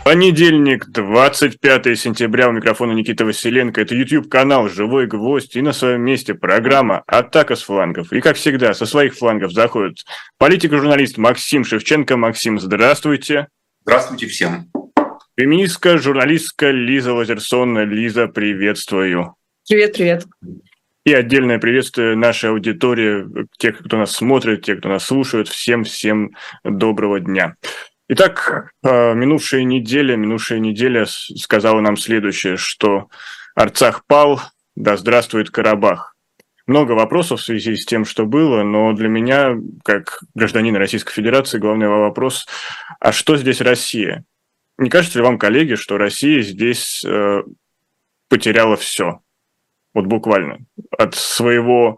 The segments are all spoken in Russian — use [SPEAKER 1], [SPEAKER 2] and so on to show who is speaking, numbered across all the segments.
[SPEAKER 1] Понедельник, 25 сентября, у микрофона Никита Василенко. Это YouTube-канал «Живой гвоздь» и на своем месте программа «Атака с флангов». И, как всегда, со своих флангов заходит политик и журналист Максим Шевченко. Максим, здравствуйте.
[SPEAKER 2] Здравствуйте всем.
[SPEAKER 1] Феминистка, журналистка Лиза Лазерсон. Лиза, приветствую.
[SPEAKER 3] Привет.
[SPEAKER 1] И отдельное приветствие нашей аудитории, тех, кто нас смотрит, тех, кто нас слушает. Всем доброго дня. Итак, минувшая неделя сказала нам следующее, что Арцах пал, да здравствует Карабах. Много вопросов в связи с тем, что было, но для меня, как гражданина Российской Федерации, главный вопрос, а что здесь Россия? Не кажется ли вам, коллеги, что Россия здесь потеряла все? Вот буквально. От своего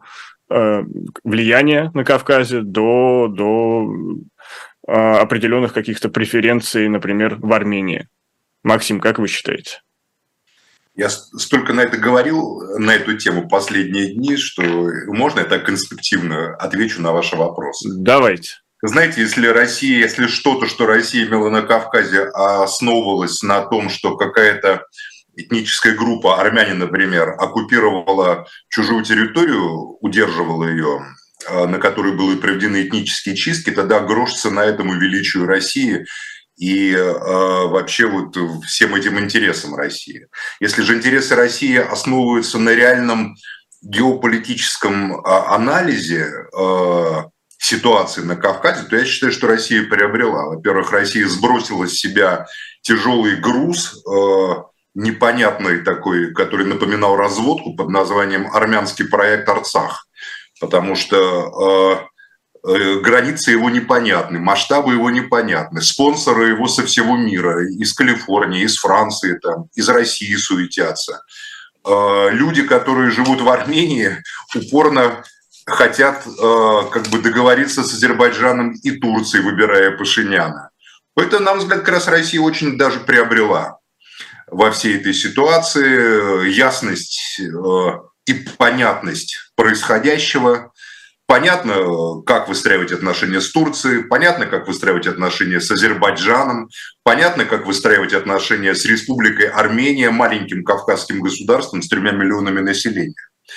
[SPEAKER 1] влияния на Кавказе до определенных каких-то преференций, например, в Армении. Максим, как вы считаете?
[SPEAKER 2] Я столько на это говорил, на эту тему последние дни, что можно я так конспективно отвечу на ваши вопросы?
[SPEAKER 1] Давайте.
[SPEAKER 2] Знаете, если что-то, что Россия имела на Кавказе, основывалось на том, что какая-то этническая группа, армяне, например, оккупировала чужую территорию, удерживала ее, на которой были проведены этнические чистки, тогда грош цена этому величию России и вообще вот всем этим интересам России. Если же интересы России основываются на реальном геополитическом анализе ситуации на Кавказе, то я считаю, что Россия приобрела. Во-первых, Россия сбросила с себя тяжелый груз, непонятный такой, который напоминал разводку под названием «Армянский проект Арцах», потому что границы его непонятны, масштабы его непонятны, спонсоры его со всего мира, из Калифорнии, из Франции, там, из России суетятся. Люди, которые живут в Армении, упорно хотят как бы договориться с Азербайджаном и Турцией, выбирая Пашиняна. Поэтому, на мой взгляд, как раз Россия очень даже приобрела во всей этой ситуации ясность и понятность происходящего. Понятно, как выстраивать отношения с Турцией, понятно, как выстраивать отношения с Азербайджаном, понятно, как выстраивать отношения с Республикой Армения, маленьким кавказским государством с 3 миллионами населения.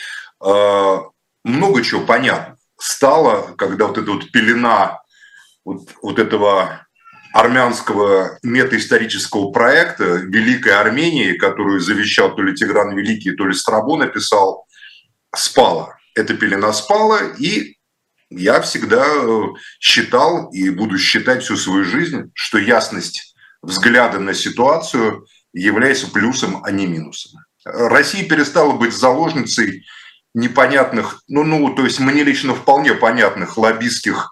[SPEAKER 2] Много чего понятно стало, когда вот эта вот пелена вот этого армянского метаисторического проекта Великой Армении, которую завещал то ли Тигран Великий, то ли Страбон написал, спала. Эта пелена спала, и я всегда считал и буду считать всю свою жизнь, что ясность взгляда на ситуацию является плюсом, а не минусом. Россия перестала быть заложницей непонятных, то есть мне лично вполне понятных лоббистских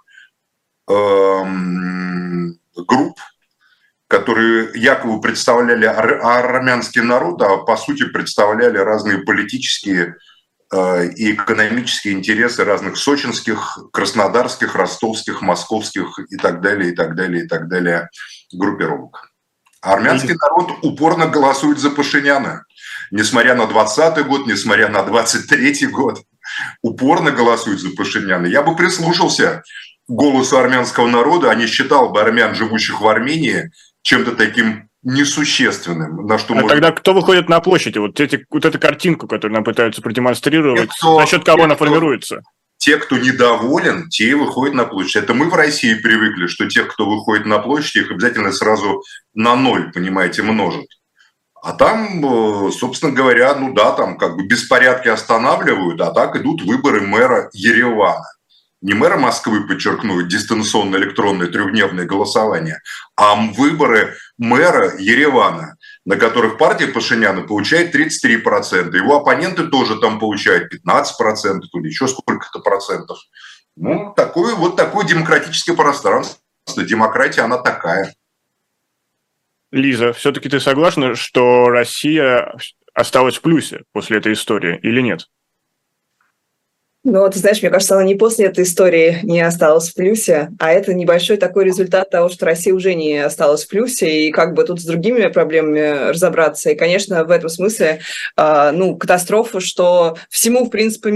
[SPEAKER 2] групп, которые якобы представляли армянский народ, а по сути представляли разные политические и экономические интересы разных сочинских, краснодарских, ростовских, московских и так далее группировок. Армянский народ упорно голосует за Пашиняна. Несмотря на 2020 год, несмотря на 2023 год, упорно голосует за Пашиняна. Я бы прислушался к голосу армянского народа, а не считал бы армян, живущих в Армении, чем-то таким несущественным. На что
[SPEAKER 1] тогда кто выходит на площади? Вот эту картинку, которую нам пытаются продемонстрировать, за счет кого она формируется?
[SPEAKER 2] Те, кто недоволен, те и выходят на площадь. Это мы в России привыкли, что тех, кто выходит на площадь, их обязательно сразу на 0, понимаете, множат. А там, собственно говоря, там как бы беспорядки останавливают, а так идут выборы мэра Еревана. Не мэра Москвы, подчеркну, дистанционное электронное трехдневное голосование, а выборы мэра Еревана, на которых партия Пашиняна получает 33%. Его оппоненты тоже там получают 15% или еще сколько-то процентов. Такое демократическое пространство. Демократия, она такая.
[SPEAKER 1] Лиза, все-таки ты согласна, что Россия осталась в плюсе после этой истории или нет?
[SPEAKER 3] Ну, ты знаешь, мне кажется, она не после этой истории не осталась в плюсе, а это небольшой такой результат того, что Россия уже не осталась в плюсе, и как бы тут с другими проблемами разобраться. И, конечно, в этом смысле, катастрофа, что всему, в принципе,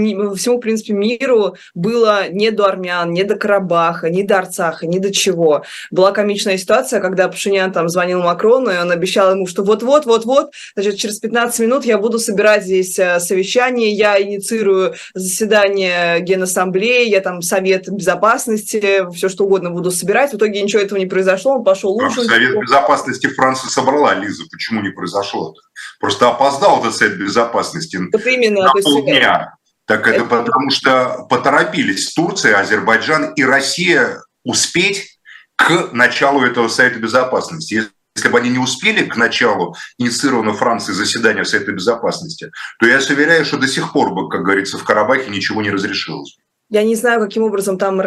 [SPEAKER 3] миру было не до армян, не до Карабаха, не до Арцаха, ни до чего. Была комичная ситуация, когда Пашинян там звонил Макрону, и он обещал ему, что вот-вот, значит, через 15 минут я буду собирать здесь совещание, я инициирую заседание Генассамблеи, я там Совет Безопасности, все что угодно буду собирать. В итоге ничего этого не произошло, он пошел ужинать.
[SPEAKER 2] Совет Безопасности Франция собрала, Лиза, почему не произошло-то? Просто опоздал этот Совет Безопасности
[SPEAKER 3] вот именно,
[SPEAKER 2] на полдня. Так это потому что поторопились Турция, Азербайджан и Россия успеть к началу этого Совета Безопасности. Если бы они не успели к началу инициированного Францией заседания Совета Безопасности, то я вас уверяю, что до сих пор бы, как говорится, в Карабахе ничего не разрешилось.
[SPEAKER 3] Я не знаю, каким образом там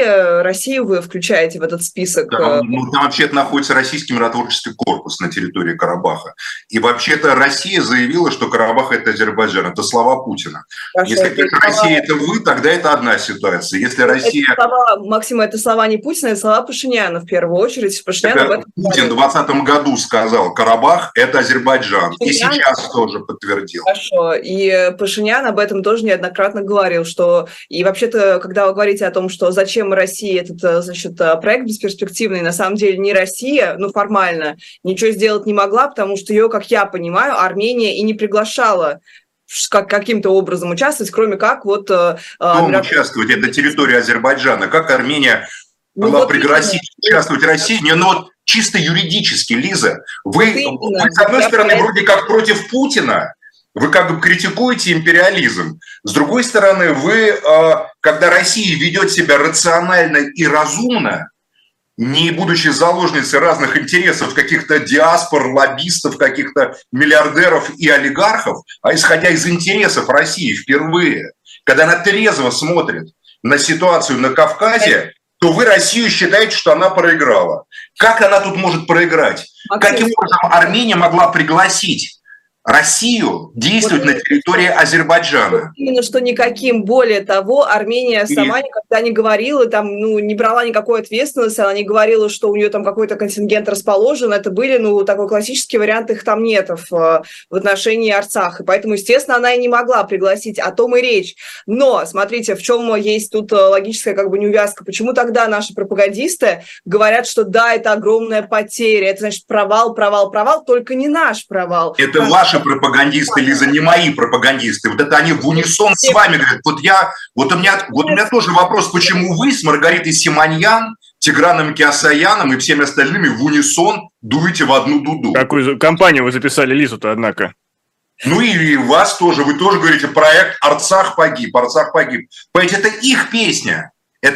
[SPEAKER 3] Россию вы включаете в этот список.
[SPEAKER 2] Там вообще-то находится российский миротворческий корпус на территории Карабаха. И вообще-то Россия заявила, что Карабах – это Азербайджан. Это слова Путина. Хорошо, если Россия – это вы, тогда это одна ситуация. Если Россия…
[SPEAKER 3] Максим, это слова не Путина, это слова Пашиняна в первую очередь.
[SPEAKER 2] Путин в 2020 году сказал, Карабах – это Азербайджан. И сейчас тоже подтвердил.
[SPEAKER 3] Хорошо. И Пашинян об этом тоже неоднократно говорил, что… И вообще когда вы говорите о том, что зачем России этот, значит, проект бесперспективный, на самом деле не Россия, формально, ничего сделать не могла, потому что ее, как я понимаю, Армения и не приглашала каким-то образом участвовать, кроме как вот…
[SPEAKER 2] участвовать? Это территория Азербайджана. Как Армения могла пригласить участвовать Россию? Чисто юридически, Лиза, вы с одной стороны, вроде как против Путина, вы как бы критикуете империализм. С другой стороны, вы, когда Россия ведет себя рационально и разумно, не будучи заложницей разных интересов каких-то диаспор, лоббистов, каких-то миллиардеров и олигархов, а исходя из интересов России впервые, когда она трезво смотрит на ситуацию на Кавказе, то вы Россию считаете, что она проиграла. Как она тут может проиграть? Каким образом Армения могла пригласить Россию действовать на территории Азербайджана?
[SPEAKER 3] Именно что никаким. Более того, Армения сама никогда не говорила, не брала никакой ответственности, она не говорила, что у нее там какой-то контингент расположен. Это были, такой классический вариант, их там нет в отношении Арцаха. Поэтому, естественно, она и не могла пригласить, о том и речь. Но, смотрите, в чем есть тут логическая неувязка. Почему тогда наши пропагандисты говорят, что да, это огромная потеря, это значит провал, только не наш провал.
[SPEAKER 2] Это ваши пропагандисты, Лиза, не мои пропагандисты. Вот это они в унисон с вами говорят. Вот у меня тоже вопрос, почему вы с Маргаритой Симоньян, Тиграном Кеосаяном и всеми остальными в унисон дуете в одну дуду?
[SPEAKER 1] Какую компанию вы записали Лизу-то, однако?
[SPEAKER 2] И вас тоже. Вы тоже говорите, проект «Арцах погиб». Понимаете, это их песня.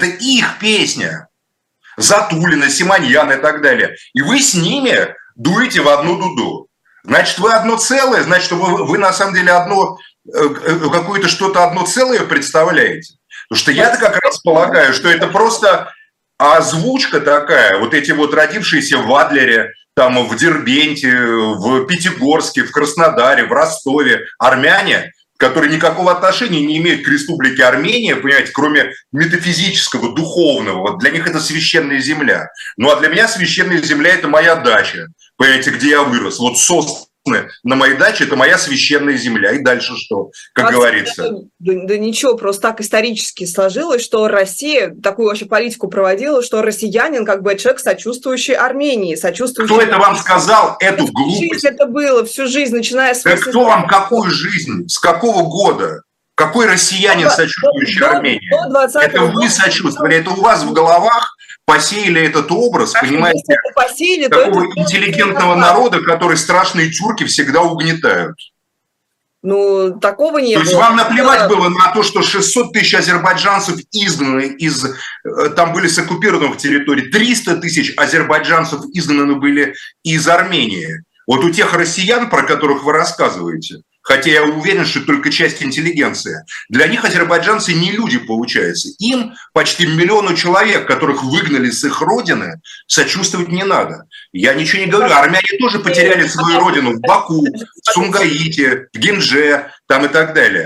[SPEAKER 2] Затулина, Симоньян и так далее. И вы с ними дуете в одну дуду. Значит, вы одно целое, значит, вы на самом деле какое-то что-то одно целое представляете. Потому что я-то как раз полагаю, что это просто озвучка такая, вот эти вот родившиеся в Адлере, там в Дербенте, в Пятигорске, в Краснодаре, в Ростове армяне, которые никакого отношения не имеют к республике Армения, понимаете, кроме метафизического, духовного. Вот для них это священная земля. Ну а для меня священная земля – это моя дача, понимаете, где я вырос. Вот сосны на моей даче – это моя священная земля. И дальше что, как говорится?
[SPEAKER 3] Да ничего, просто так исторически сложилось, что Россия такую вообще политику проводила, что россиянин как бы человек, сочувствующий Армении.
[SPEAKER 2] Кто это вам сказал, эту глупость?
[SPEAKER 3] Это было всю жизнь, начиная с…
[SPEAKER 2] Да кто вам какую жизнь? С какого года? Какой россиянин, сочувствующий Армении? Это вы сочувствовали, это у вас в головах посеяли этот образ, понимаете, такого интеллигентного народа, который страшные тюрки всегда угнетают.
[SPEAKER 3] Такого не было.
[SPEAKER 2] То есть вам наплевать было на то, что 600 тысяч азербайджанцев изгнаны там были с оккупированных территорий, 300 тысяч азербайджанцев изгнаны были из Армении. Вот у тех россиян, про которых вы рассказываете, хотя я уверен, что только часть интеллигенции, для них азербайджанцы не люди, получается. Им почти 1 миллиону человек, которых выгнали с их родины, сочувствовать не надо. Я ничего не говорю. Армяне тоже потеряли свою родину в Баку, в Сумгаите, в Гемже там и так далее.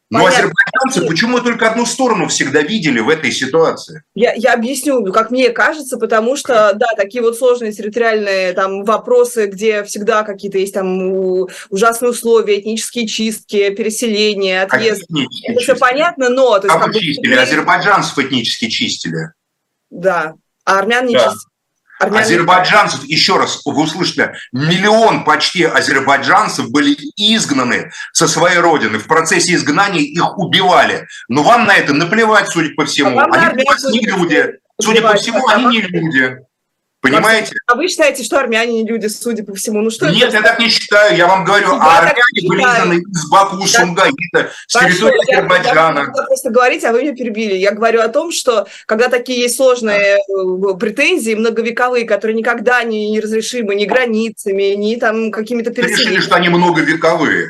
[SPEAKER 2] Но азербайджанцы почему только одну сторону всегда видели в этой ситуации?
[SPEAKER 3] Я объясню, как мне кажется, потому что, да, такие вот сложные территориальные там вопросы, где всегда какие-то есть там ужасные условия, этнические чистки, переселение, отъезд. Это все понятно, но... То есть,
[SPEAKER 2] как бы чистили? Азербайджанцев этнически чистили.
[SPEAKER 3] Да, а армян не чистили.
[SPEAKER 2] Азербайджанцев, еще раз, вы услышите, миллион почти азербайджанцев были изгнаны со своей родины. В процессе изгнания их убивали. Но вам на это наплевать, судя по всему. Они у вас не люди. Судя по всему, они не люди. Понимаете?
[SPEAKER 3] А вы считаете, что армяне не люди, судя по всему? Ну, что
[SPEAKER 2] Нет, я так не считаю. Я вам говорю, армяне были изгнаны из Баку, Сумгаита, с территории Азербайджана.
[SPEAKER 3] Я просто говорить, а вы меня перебили. Я говорю о том, что когда такие есть сложные претензии, многовековые, которые никогда не неразрешимы ни границами, ни там какими-то переселениями.
[SPEAKER 2] Вы решили, что они многовековые.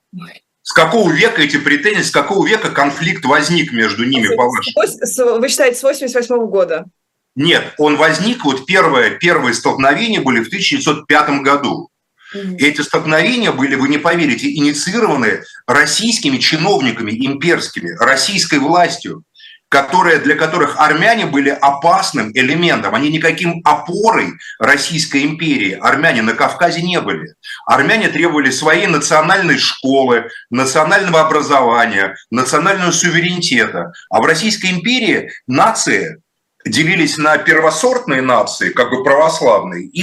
[SPEAKER 2] С какого века эти претензии, с какого века конфликт возник между ними, по-вашему?
[SPEAKER 3] Вы считаете, с 1988 года?
[SPEAKER 2] Нет, он возник, вот первые столкновения были в 1905 году. И эти столкновения были, вы не поверите, инициированы российскими чиновниками имперскими, российской властью, для которых армяне были опасным элементом. Они никаким опорой Российской империи, армяне на Кавказе не были. Армяне требовали своей национальной школы, национального образования, национального суверенитета. А в Российской империи нации делились на первосортные нации, как бы православные, и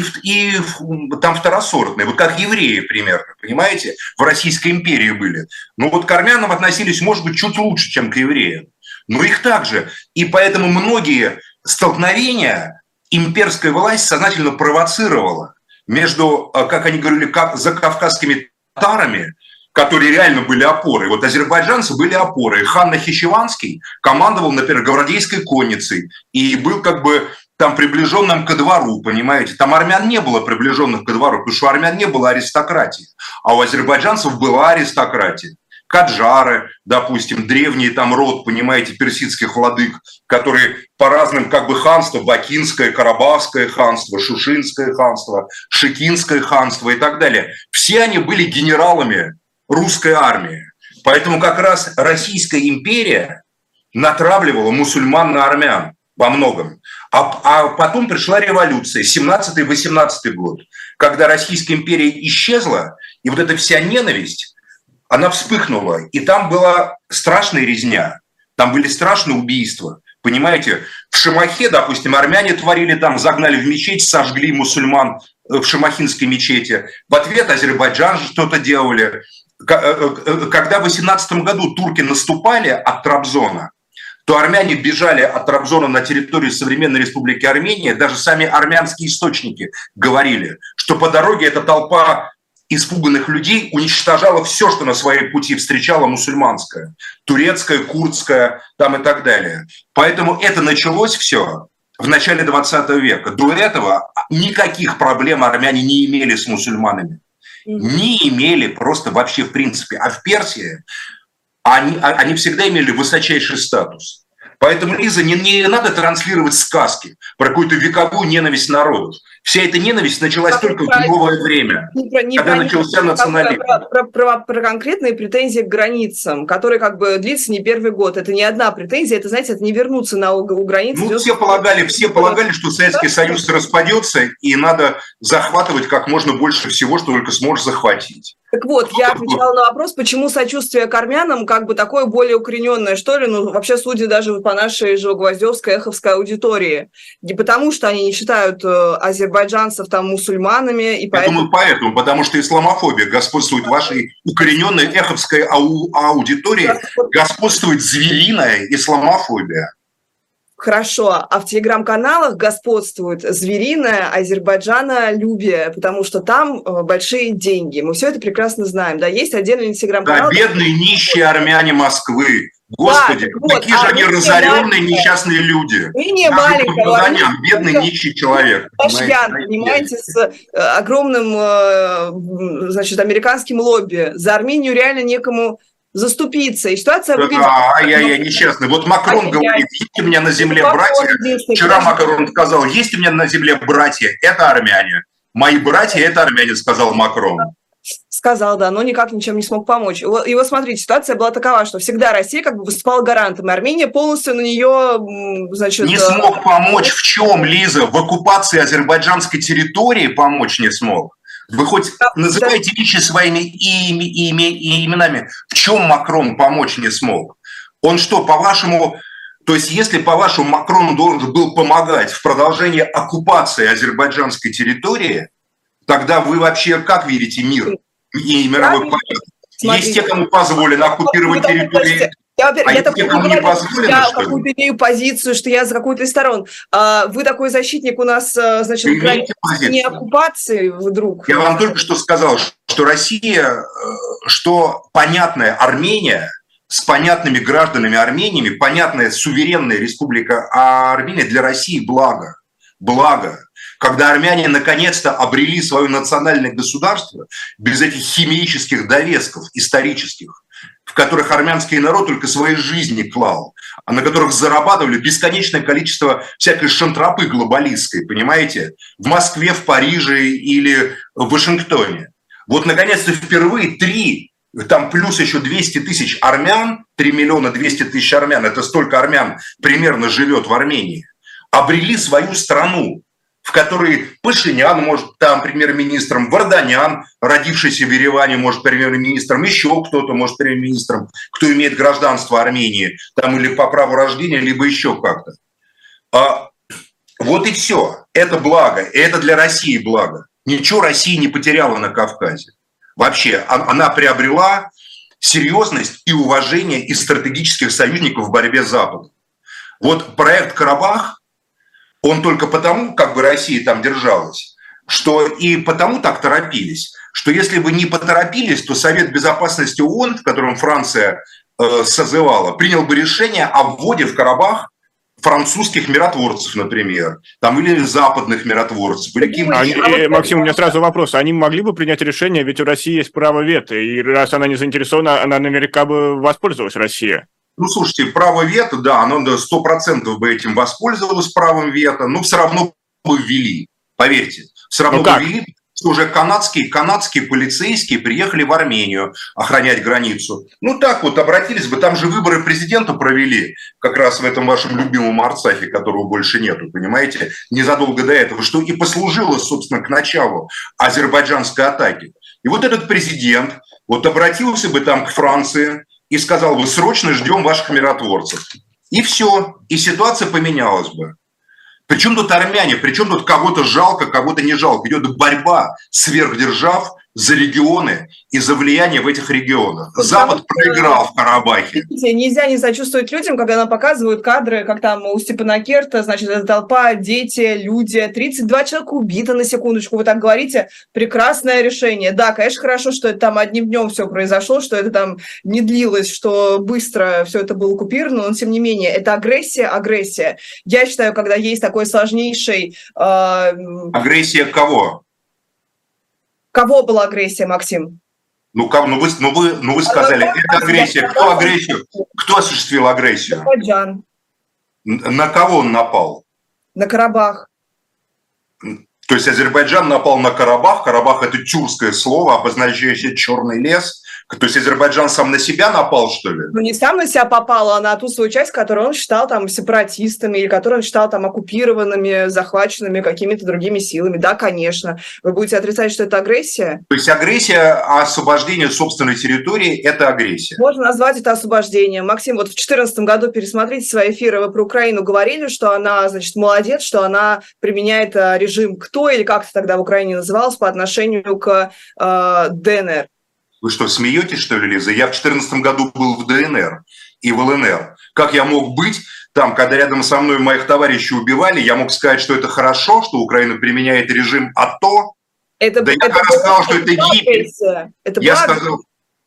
[SPEAKER 2] там второсортные, вот как евреи примерно, понимаете, в Российской империи были. Но вот к армянам относились, может быть, чуть лучше, чем к евреям. Но их также. И поэтому многие столкновения имперская власть сознательно провоцировала между, как они говорили, закавказскими татарами, которые реально были опорой. Вот азербайджанцы были опорой. Хан Нахичеванский командовал, например, гвардейской конницей и был как бы там приближенным ко двору, понимаете. Там армян не было приближенных ко двору, потому что у армян не было аристократии. А у азербайджанцев была аристократия. Каджары, допустим, древний там род, понимаете, персидских владык, которые по разным как бы ханствам, Бакинское, Карабахское ханство, Шушинское ханство, Шикинское ханство и так далее. Все они были генералами русской армии. Поэтому как раз Российская империя натравливала мусульман на армян во многом. А потом пришла революция, 17-18 год, когда Российская империя исчезла, и вот эта вся ненависть, она вспыхнула. И там была страшная резня, там были страшные убийства. Понимаете, в Шамахе, допустим, армяне творили там, загнали в мечеть, сожгли мусульман в Шамахинской мечети. В ответ Азербайджан что-то делали. Когда в 18 году турки наступали от Трабзона, то армяне бежали от Трабзона на территорию современной республики Армения. Даже сами армянские источники говорили, что по дороге эта толпа испуганных людей уничтожала все, что на своей пути встречала мусульманское, турецкое, курдское там и так далее. Поэтому это началось все в начале 20 века. До этого никаких проблем армяне не имели с мусульманами. Не имели просто вообще в принципе. А в Персии они всегда имели высочайший статус. Поэтому, Лиза, не надо транслировать сказки про какую-то вековую ненависть народов. Вся эта ненависть началась только в новое время, когда начался национализм.
[SPEAKER 3] Про конкретные претензии к границам, которые как бы длится не первый год. Это не одна претензия, это, знаете, это не вернуться у границ.
[SPEAKER 2] Ну, все полагали, что Советский Союз распадется, и надо захватывать как можно больше всего, что только сможешь захватить.
[SPEAKER 3] Так вот, я отвечала на вопрос, почему сочувствие к армянам как бы такое более укорененное, что ли, ну, вообще, судя даже по нашей Живогвоздевской, Эховской аудитории. Не потому, что они не считают азербайджанцев там мусульманами. И
[SPEAKER 2] поэтому... потому что исламофобия господствует в вашей укорененной эховской аудитории, господствует звериная исламофобия.
[SPEAKER 3] Хорошо, а в телеграм-каналах господствует звериное азербайджанолюбие, потому что там большие деньги. Мы все это прекрасно знаем. Да, есть отдельный телеграм-канал.
[SPEAKER 2] Да, бедные нищие армяне Москвы. Господи, да, какие же они разоренные несчастные люди.
[SPEAKER 3] Вы не маленького.
[SPEAKER 2] Бедный нищий человек.
[SPEAKER 3] Понимаете, с огромным, значит, американским лобби. За Армению реально некому заступиться. И ситуация выглядит...
[SPEAKER 2] я несчастный. Вот Макрон говорит, есть у меня на земле братья. Вчера Макрон сказал, есть у меня на земле братья, это армяне. Мои братья, это армяне, сказал Макрон.
[SPEAKER 3] Сказал, да, но никак ничем не смог помочь. И вот смотрите, ситуация была такова, что всегда Россия как бы выступала гарантом, и Армения полностью на нее, значит...
[SPEAKER 2] Не смог помочь в чем, Лиза? В оккупации азербайджанской территории помочь не смог? Вы хоть называете вещи своими именами. В чем Макрон помочь не смог? Он что, по-вашему... То есть, если, по-вашему, Макрон должен был помогать в продолжении оккупации азербайджанской территории, тогда вы вообще как видите мир и мировой порядок? Есть те, кому позволено оккупировать территории,
[SPEAKER 3] я какую-то имею позицию, что я за какую-то из сторон. Вы такой защитник у нас, значит, не оккупации вдруг.
[SPEAKER 2] Я вам только что сказал, что Россия, что понятная Армения, с понятными гражданами Армениями, понятная суверенная республика Армения для России благо. Благо. Когда армяне наконец-то обрели свое национальное государство без этих химических довесков исторических, в которых армянский народ только своей жизни клал, а на которых зарабатывали бесконечное количество всякой шантропы глобалистской, понимаете, в Москве, в Париже или в Вашингтоне. Вот наконец-то впервые там плюс еще 200 тысяч армян, 3 миллиона 200 тысяч армян, это столько армян примерно живет в Армении, обрели свою страну, в которой Пашинян может там премьер-министром, Варданян, родившийся в Ереване, может премьер-министром, еще кто-то может премьер-министром, кто имеет гражданство Армении, там или по праву рождения, либо еще как-то. Вот и все. Это благо, и это для России благо. Ничего Россия не потеряла на Кавказе. Вообще, она приобрела серьезность и уважение из стратегических союзников в борьбе с Западом. Вот проект «Карабах», он только потому, как бы Россия там держалась, что и потому так торопились, что если бы не поторопились, то Совет Безопасности ООН, в котором Франция созывала, принял бы решение о вводе в Карабах французских миротворцев, например, там, или западных миротворцев. Или
[SPEAKER 1] Максим, у меня сразу вопрос. Они могли бы принять решение, ведь у России есть право вето, и раз она не заинтересована, она наверняка бы воспользовалась, Россия.
[SPEAKER 2] Ну, слушайте, право вето, да, оно 100% бы этим воспользовалось, правом вето, но все равно бы ввели, поверьте, все равно бы ввели, что уже канадские полицейские приехали в Армению охранять границу. Ну, так вот, обратились бы, там же выборы президента провели, как раз в этом вашем любимом Арцахе, которого больше нету, понимаете, незадолго до этого, что и послужило, собственно, к началу азербайджанской атаки. И вот этот президент вот обратился бы там к Франции и сказал бы: срочно ждем ваших миротворцев. И все, и ситуация поменялась бы. Причем тут армяне, причем тут кого-то жалко, кого-то не жалко. Идет борьба сверхдержав за регионы и за влияние в этих регионах. Запад проиграл в Карабахе.
[SPEAKER 3] Нельзя не сочувствовать людям, когда нам показывают кадры, как там у Степанакерта, значит, эта толпа, дети, люди, 32 человека убито, на секундочку, вы так говорите, прекрасное решение. Да, конечно, хорошо, что это там одним днем все произошло, что это там не длилось, что быстро все это было оккупировано, но тем не менее, это агрессия. Я считаю, когда есть такой сложнейший...
[SPEAKER 2] Агрессия кого?
[SPEAKER 3] Кого была агрессия, Максим?
[SPEAKER 2] Вы сказали, это агрессия. Кто осуществил агрессию?
[SPEAKER 3] Азербайджан.
[SPEAKER 2] На кого он напал?
[SPEAKER 3] На Карабах.
[SPEAKER 2] То есть Азербайджан напал на Карабах. Карабах – это тюркское слово, обозначающее черный лес. То есть Азербайджан сам на себя напал, что ли?
[SPEAKER 3] Ну, не сам на себя попал, а на ту свою часть, которую он считал там сепаратистами, или которую он считал там оккупированными, захваченными какими-то другими силами. Да, конечно. Вы будете отрицать, что это агрессия?
[SPEAKER 2] То есть агрессия, освобождение собственной территории – это агрессия?
[SPEAKER 3] Можно назвать это освобождением. Максим, вот в 2014 году пересмотрите свои эфиры, вы про Украину говорили, что она, значит, молодец, что она применяет режим «кто» или как это тогда в Украине называлось по отношению к ДНР.
[SPEAKER 2] Вы что, смеетесь, что ли, Лиза? Я в 2014 году был в ДНР и в ЛНР. Как я мог быть там, когда рядом со мной моих товарищей убивали, я мог сказать, что это хорошо, что Украина применяет режим АТО? Я сказал, что это гибель. Я сказал...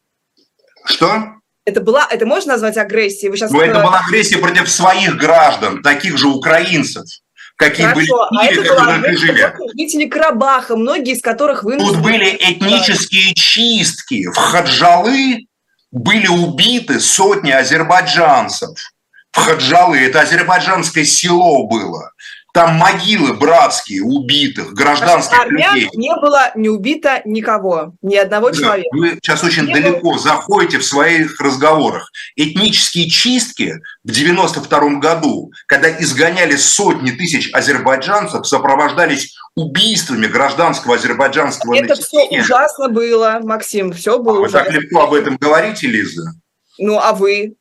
[SPEAKER 2] Что?
[SPEAKER 3] Это можно назвать агрессией?
[SPEAKER 2] Это была агрессия против своих граждан, таких же украинцев. Какие были в режиме.
[SPEAKER 3] Жители Карабаха, многие из которых вынуждены...
[SPEAKER 2] Тут были этнические чистки. В Хаджалы были убиты сотни азербайджанцев. В Хаджалы, это азербайджанское село было. Там могилы братские, убитых, гражданских людей.
[SPEAKER 3] Не было не убито никого, ни одного человека.
[SPEAKER 2] Вы сейчас очень далеко заходите в своих разговорах. Этнические чистки в 92 году, когда изгоняли сотни тысяч азербайджанцев, сопровождались убийствами гражданского азербайджанского населения.
[SPEAKER 3] Это все ужасно было, Максим, все было ужасно.
[SPEAKER 2] Вы так легко об этом говорите, Лиза?
[SPEAKER 3] Ну, а вы?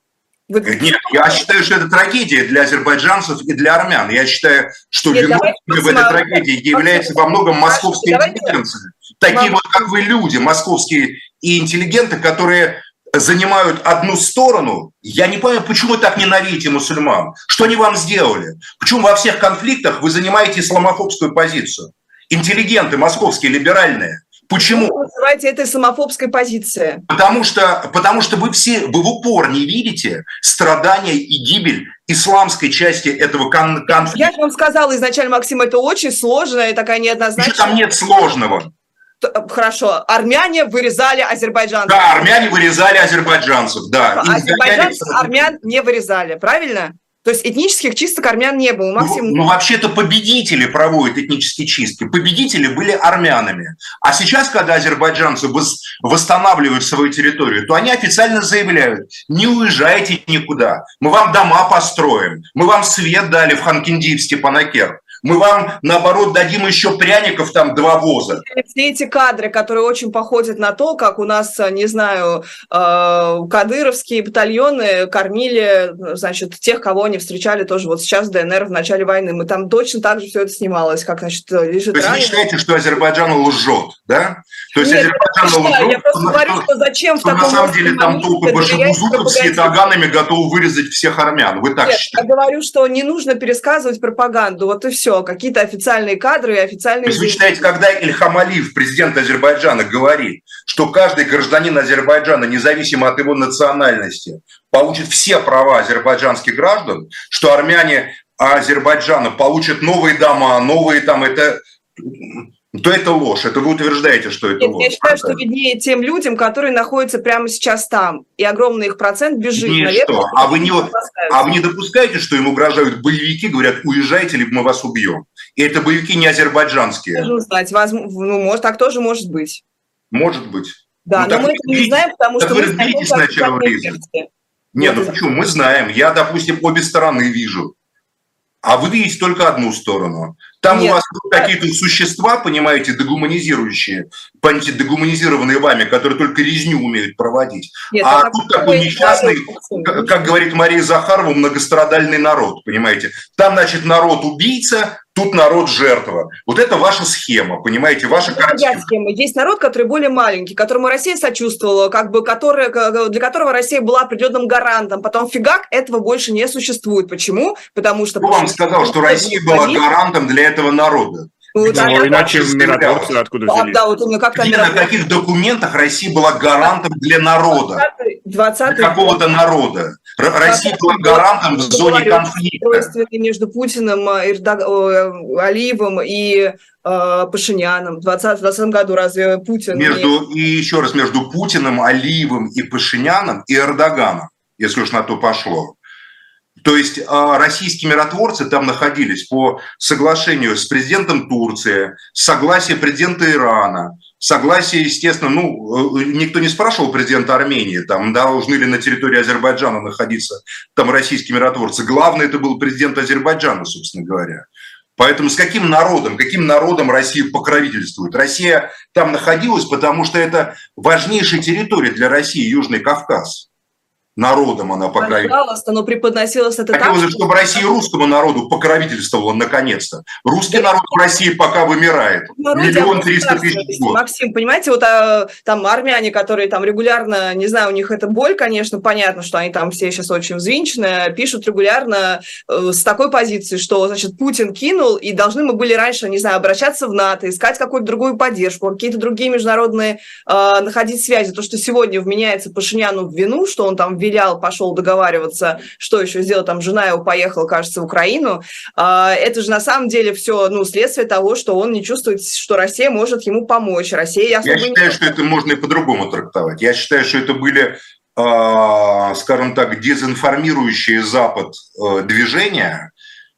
[SPEAKER 2] Нет, я считаю, что это трагедия для азербайджанцев и для армян. Я считаю, что виновниками в этой трагедии является во многом московская интеллигенция. Такие вот, как вы, люди, московские и интеллигенты, которые занимают одну сторону. Я не понимаю, почему вы так ненавидите мусульман? Что они вам сделали? Почему во всех конфликтах вы занимаете исламофобскую позицию? Интеллигенты московские, либеральные. Почему?
[SPEAKER 3] Вы называете это исламофобской позицией.
[SPEAKER 2] Потому что вы в упор не видите страдания и гибель исламской части этого конфликта.
[SPEAKER 3] Я же вам сказала изначально, Максим, это очень сложная и такая неоднозначная.
[SPEAKER 2] Что там нет сложного?
[SPEAKER 3] Хорошо, армяне вырезали азербайджанцев.
[SPEAKER 2] Да, армяне вырезали азербайджанцев, да.
[SPEAKER 3] Азербайджанцев армян не вырезали, правильно? То есть этнических чисток армян не было. Максим...
[SPEAKER 2] Ну, вообще-то победители проводят этнические чистки. Победители были армянами. А сейчас, когда азербайджанцы восстанавливают свою территорию, то они официально заявляют: не уезжайте никуда, мы вам дома построим, мы вам свет дали в Ханкинди, в Степанакерт. Мы вам, наоборот, дадим еще пряников, там 2 воза.
[SPEAKER 3] Все эти кадры, которые очень походят на то, как у нас, не знаю, кадыровские батальоны кормили, значит, тех, кого они встречали тоже вот сейчас в ДНР в начале войны. Мы там точно так же все это снималось, как, значит, лежит.
[SPEAKER 2] То есть вы считаете, что Азербайджан лжет, да? То есть
[SPEAKER 3] нет,
[SPEAKER 2] Азербайджан лжет,
[SPEAKER 3] я просто говорю, что зачем в таком...
[SPEAKER 2] На самом деле там толпы башебузуков с ятаганами готовы вырезать всех армян. Вы так считаете?
[SPEAKER 3] Я говорю, что не нужно пересказывать пропаганду, вот и все. Какие-то официальные кадры и официальные...
[SPEAKER 2] То есть вы считаете, когда Ильхам Алиев, президент Азербайджана, говорит, что каждый гражданин Азербайджана, независимо от его национальности, получит все права азербайджанских граждан, что армяне Азербайджана получат новые дома, новые там это... то это ложь. Это вы утверждаете, что это ложь.
[SPEAKER 3] Я считаю, что виднее тем людям, которые находятся прямо сейчас там, и огромный их процент бежит.
[SPEAKER 2] Наверное, а вы не допускаете, что им угрожают боевики, говорят: уезжайте, либо мы вас убьем? И это боевики не азербайджанские.
[SPEAKER 3] Нужно знать, может, так тоже может быть.
[SPEAKER 2] Может быть.
[SPEAKER 3] Да, но мы это не знаем, потому что...
[SPEAKER 2] Вы разберитесь сначала, Лиза. Нет, ну почему? Мы знаем. Я, допустим, обе стороны вижу. А вы видите только одну сторону. Там у вас какие-то существа, понимаете, дегуманизирующие, дегуманизированные вами, которые только резню умеют проводить. Нет, а тут такой несчастный, как говорит Мария Захарова, многострадальный народ, понимаете. Там, значит, народ-убийца, тут народ-жертва. Вот это ваша схема, понимаете, ваша картина.
[SPEAKER 3] Схема. Есть народ, который более маленький, которому Россия сочувствовала, для которого Россия была определенным гарантом. Потом фигак, этого больше не существует. Почему? Потому что...
[SPEAKER 2] Кто вам сказал, что Россия была гарантом для этого народа?
[SPEAKER 1] Иначе миротворцы откуда взялись?
[SPEAKER 3] Да, вот именно как-то
[SPEAKER 2] на каких документах Россия была гарантом для народа?
[SPEAKER 3] 20-й
[SPEAKER 2] какого-то народа. Россия была гарантом в зоне конфликта.
[SPEAKER 3] Между Путиным, Алиевым и Пашиняном. В 2020 году разве Путин...
[SPEAKER 2] Между Путиным, Алиевым и Пашиняном и Эрдоганом, если уж на то пошло. То есть российские миротворцы там находились по соглашению с президентом Турции, согласие президента Ирана, согласие, естественно, никто не спрашивал президента Армении, там, должны ли на территории Азербайджана находиться там российские миротворцы. Главное, это был президент Азербайджана, собственно говоря. Поэтому с каким народом Россия покровительствует? Россия там находилась, потому что это важнейшая территория для России, Южный Кавказ. Народом она покровительствовала.
[SPEAKER 3] Пожалуйста, но преподносилось это
[SPEAKER 2] так. Хотелось, чтобы Россия русскому народу покровительствовала наконец-то. Русский народ в России пока вымирает. 1 300 000 в год.
[SPEAKER 3] Максим, понимаете, вот там армяне, которые там регулярно, не знаю, у них это боль, конечно, понятно, что они там все сейчас очень взвинчены, пишут регулярно с такой позиции, что, значит, Путин кинул, и должны мы были раньше, не знаю, обращаться в НАТО, искать какую-то другую поддержку, какие-то другие международные находить связи. То, что сегодня вменяется Пашиняну в вину, что он там пошел договариваться, что еще сделать, там жена его поехала, кажется, в Украину. Это же на самом деле все следствие того, что он не чувствует, что Россия может ему помочь. Я
[SPEAKER 2] считаю, что это можно и по-другому трактовать. Я считаю, что это были, скажем так, дезинформирующие Запад движения,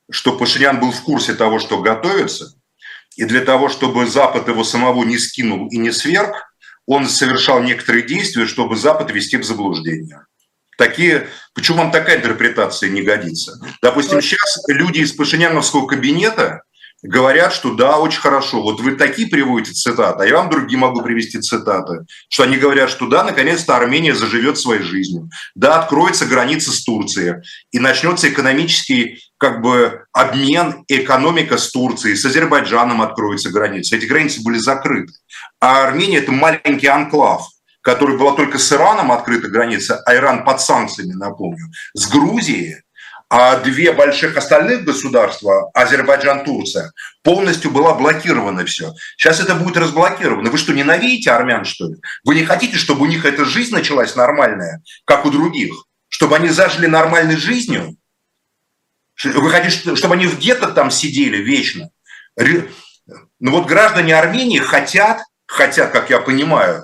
[SPEAKER 2] что Пашинян был в курсе того, что готовится, и для того, чтобы Запад его самого не скинул и не сверг, он совершал некоторые действия, чтобы Запад ввести в заблуждение. Почему вам такая интерпретация не годится? Допустим, сейчас люди из пашиняновского кабинета говорят, что да, очень хорошо, вот вы такие приводите цитаты, а я вам другие могу привести цитаты, что они говорят, что да, наконец-то Армения заживет своей жизнью, да, откроется граница с Турцией, и начнется экономический обмен, экономика с Турцией, с Азербайджаном откроется граница. Эти границы были закрыты. А Армения – это маленький анклав, который была только с Ираном открыта граница, а Иран под санкциями, напомню, с Грузией, а две больших остальных государства, Азербайджан, Турция, полностью была блокирована все. Сейчас это будет разблокировано. Вы что, ненавидите армян, что ли? Вы не хотите, чтобы у них эта жизнь началась нормальная, как у других? Чтобы они зажили нормальной жизнью? Вы хотите, чтобы они в гетто там сидели вечно? Ну вот граждане Армении хотят, как я понимаю,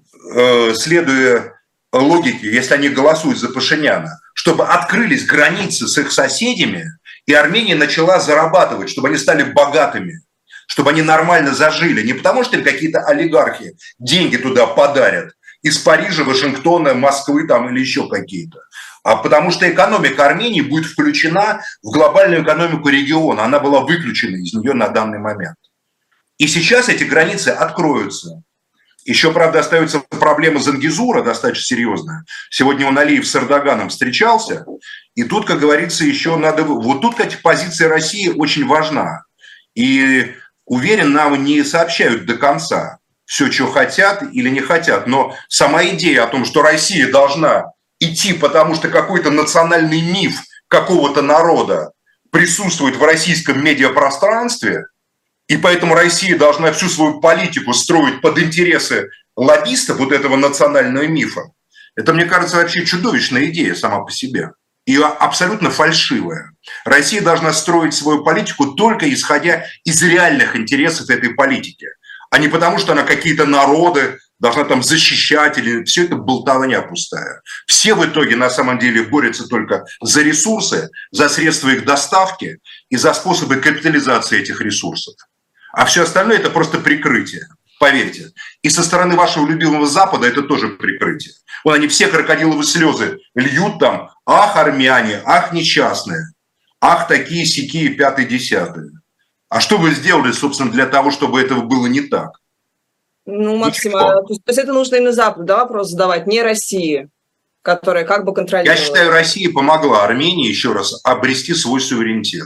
[SPEAKER 2] следуя логике, если они голосуют за Пашиняна, чтобы открылись границы с их соседями, и Армения начала зарабатывать, чтобы они стали богатыми, чтобы они нормально зажили. Не потому, что им какие-то олигархи деньги туда подарят, из Парижа, Вашингтона, Москвы там, или еще какие-то, а потому что экономика Армении будет включена в глобальную экономику региона. Она была выключена из нее на данный момент. И сейчас эти границы откроются. Еще, правда, остается проблема Зангезура достаточно серьезная. Сегодня он Алиев с Эрдоганом встречался. И тут, как говорится, еще надо... Вот тут, кстати, позиция России очень важна. И, уверен, нам не сообщают до конца все, что хотят или не хотят. Но сама идея о том, что Россия должна идти, потому что какой-то национальный миф какого-то народа присутствует в российском медиапространстве, и поэтому Россия должна всю свою политику строить под интересы лоббистов вот этого национального мифа. Это, мне кажется, вообще чудовищная идея сама по себе. И абсолютно фальшивая. Россия должна строить свою политику только исходя из реальных интересов этой политики, а не потому, что она какие-то народы должна там защищать, или все это болтовня пустая. Все в итоге на самом деле борются только за ресурсы, за средства их доставки и за способы капитализации этих ресурсов. А все остальное – это просто прикрытие, поверьте. И со стороны вашего любимого Запада это тоже прикрытие. Вон они все крокодиловые слезы льют там: ах, армяне, ах, несчастные, ах, такие-сякие, пятые-десятые. А что вы сделали, собственно, для того, чтобы этого было не так?
[SPEAKER 3] Ну, Максим, то есть это нужно именно Западу, да, вопрос задавать, не России, которая как бы контролирует. Я считаю,
[SPEAKER 2] Россия помогла Армении, еще раз, обрести свой суверенитет,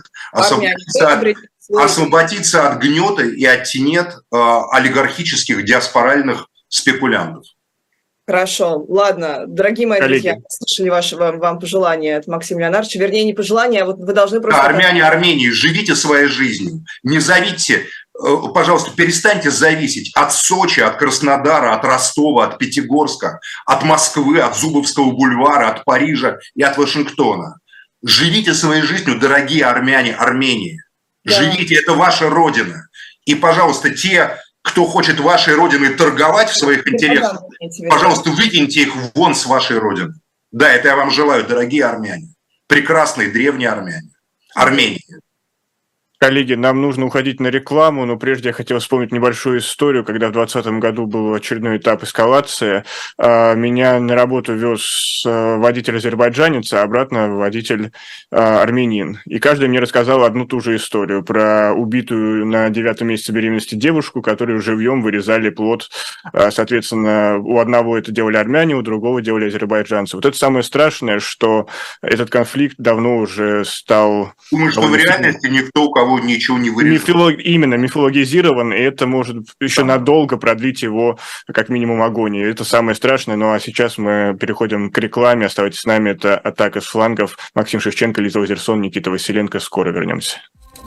[SPEAKER 2] освободиться от гнета и от тенет олигархических диаспоральных спекулянтов.
[SPEAKER 3] Хорошо, ладно, дорогие мои друзья, слышали вам пожелания от Максима Леонардовича, вернее, не пожелания, а вот вы должны просто...
[SPEAKER 2] Да, армяне Армении, живите своей жизнью, не зависите, пожалуйста, перестаньте зависеть от Сочи, от Краснодара, от Ростова, от Пятигорска, от Москвы, от Зубовского бульвара, от Парижа и от Вашингтона. Живите своей жизнью, дорогие армяне Армении. Да. Живите, это ваша родина. И, пожалуйста, те, кто хочет вашей родиной торговать в своих интересах, пожалуйста, выкиньте их вон с вашей родины. Да, это я вам желаю, дорогие армяне. Прекрасные древние армяне. Армении.
[SPEAKER 1] Коллеги, нам нужно уходить на рекламу, но прежде я хотел вспомнить небольшую историю, когда в 2020 году был очередной этап эскалации. Меня на работу вез водитель-азербайджанец, а обратно водитель армянин. И каждый мне рассказал одну ту же историю про убитую на 9-м месяце беременности девушку, которую живьем вырезали плод. Соответственно, у одного это делали армяне, у другого делали азербайджанцы. Вот это самое страшное, что этот конфликт давно уже стал...
[SPEAKER 2] Думаю, что в реальности никто, у кого ничего не вырезал.
[SPEAKER 1] Именно, мифологизирован, и это может еще надолго продлить его, как минимум, агонию. Это самое страшное. Ну а сейчас мы переходим к рекламе. Оставайтесь с нами. Это «Атака с флангов». Максим Шевченко, Лиза Лазерсон, Никита Василенко. Скоро вернемся.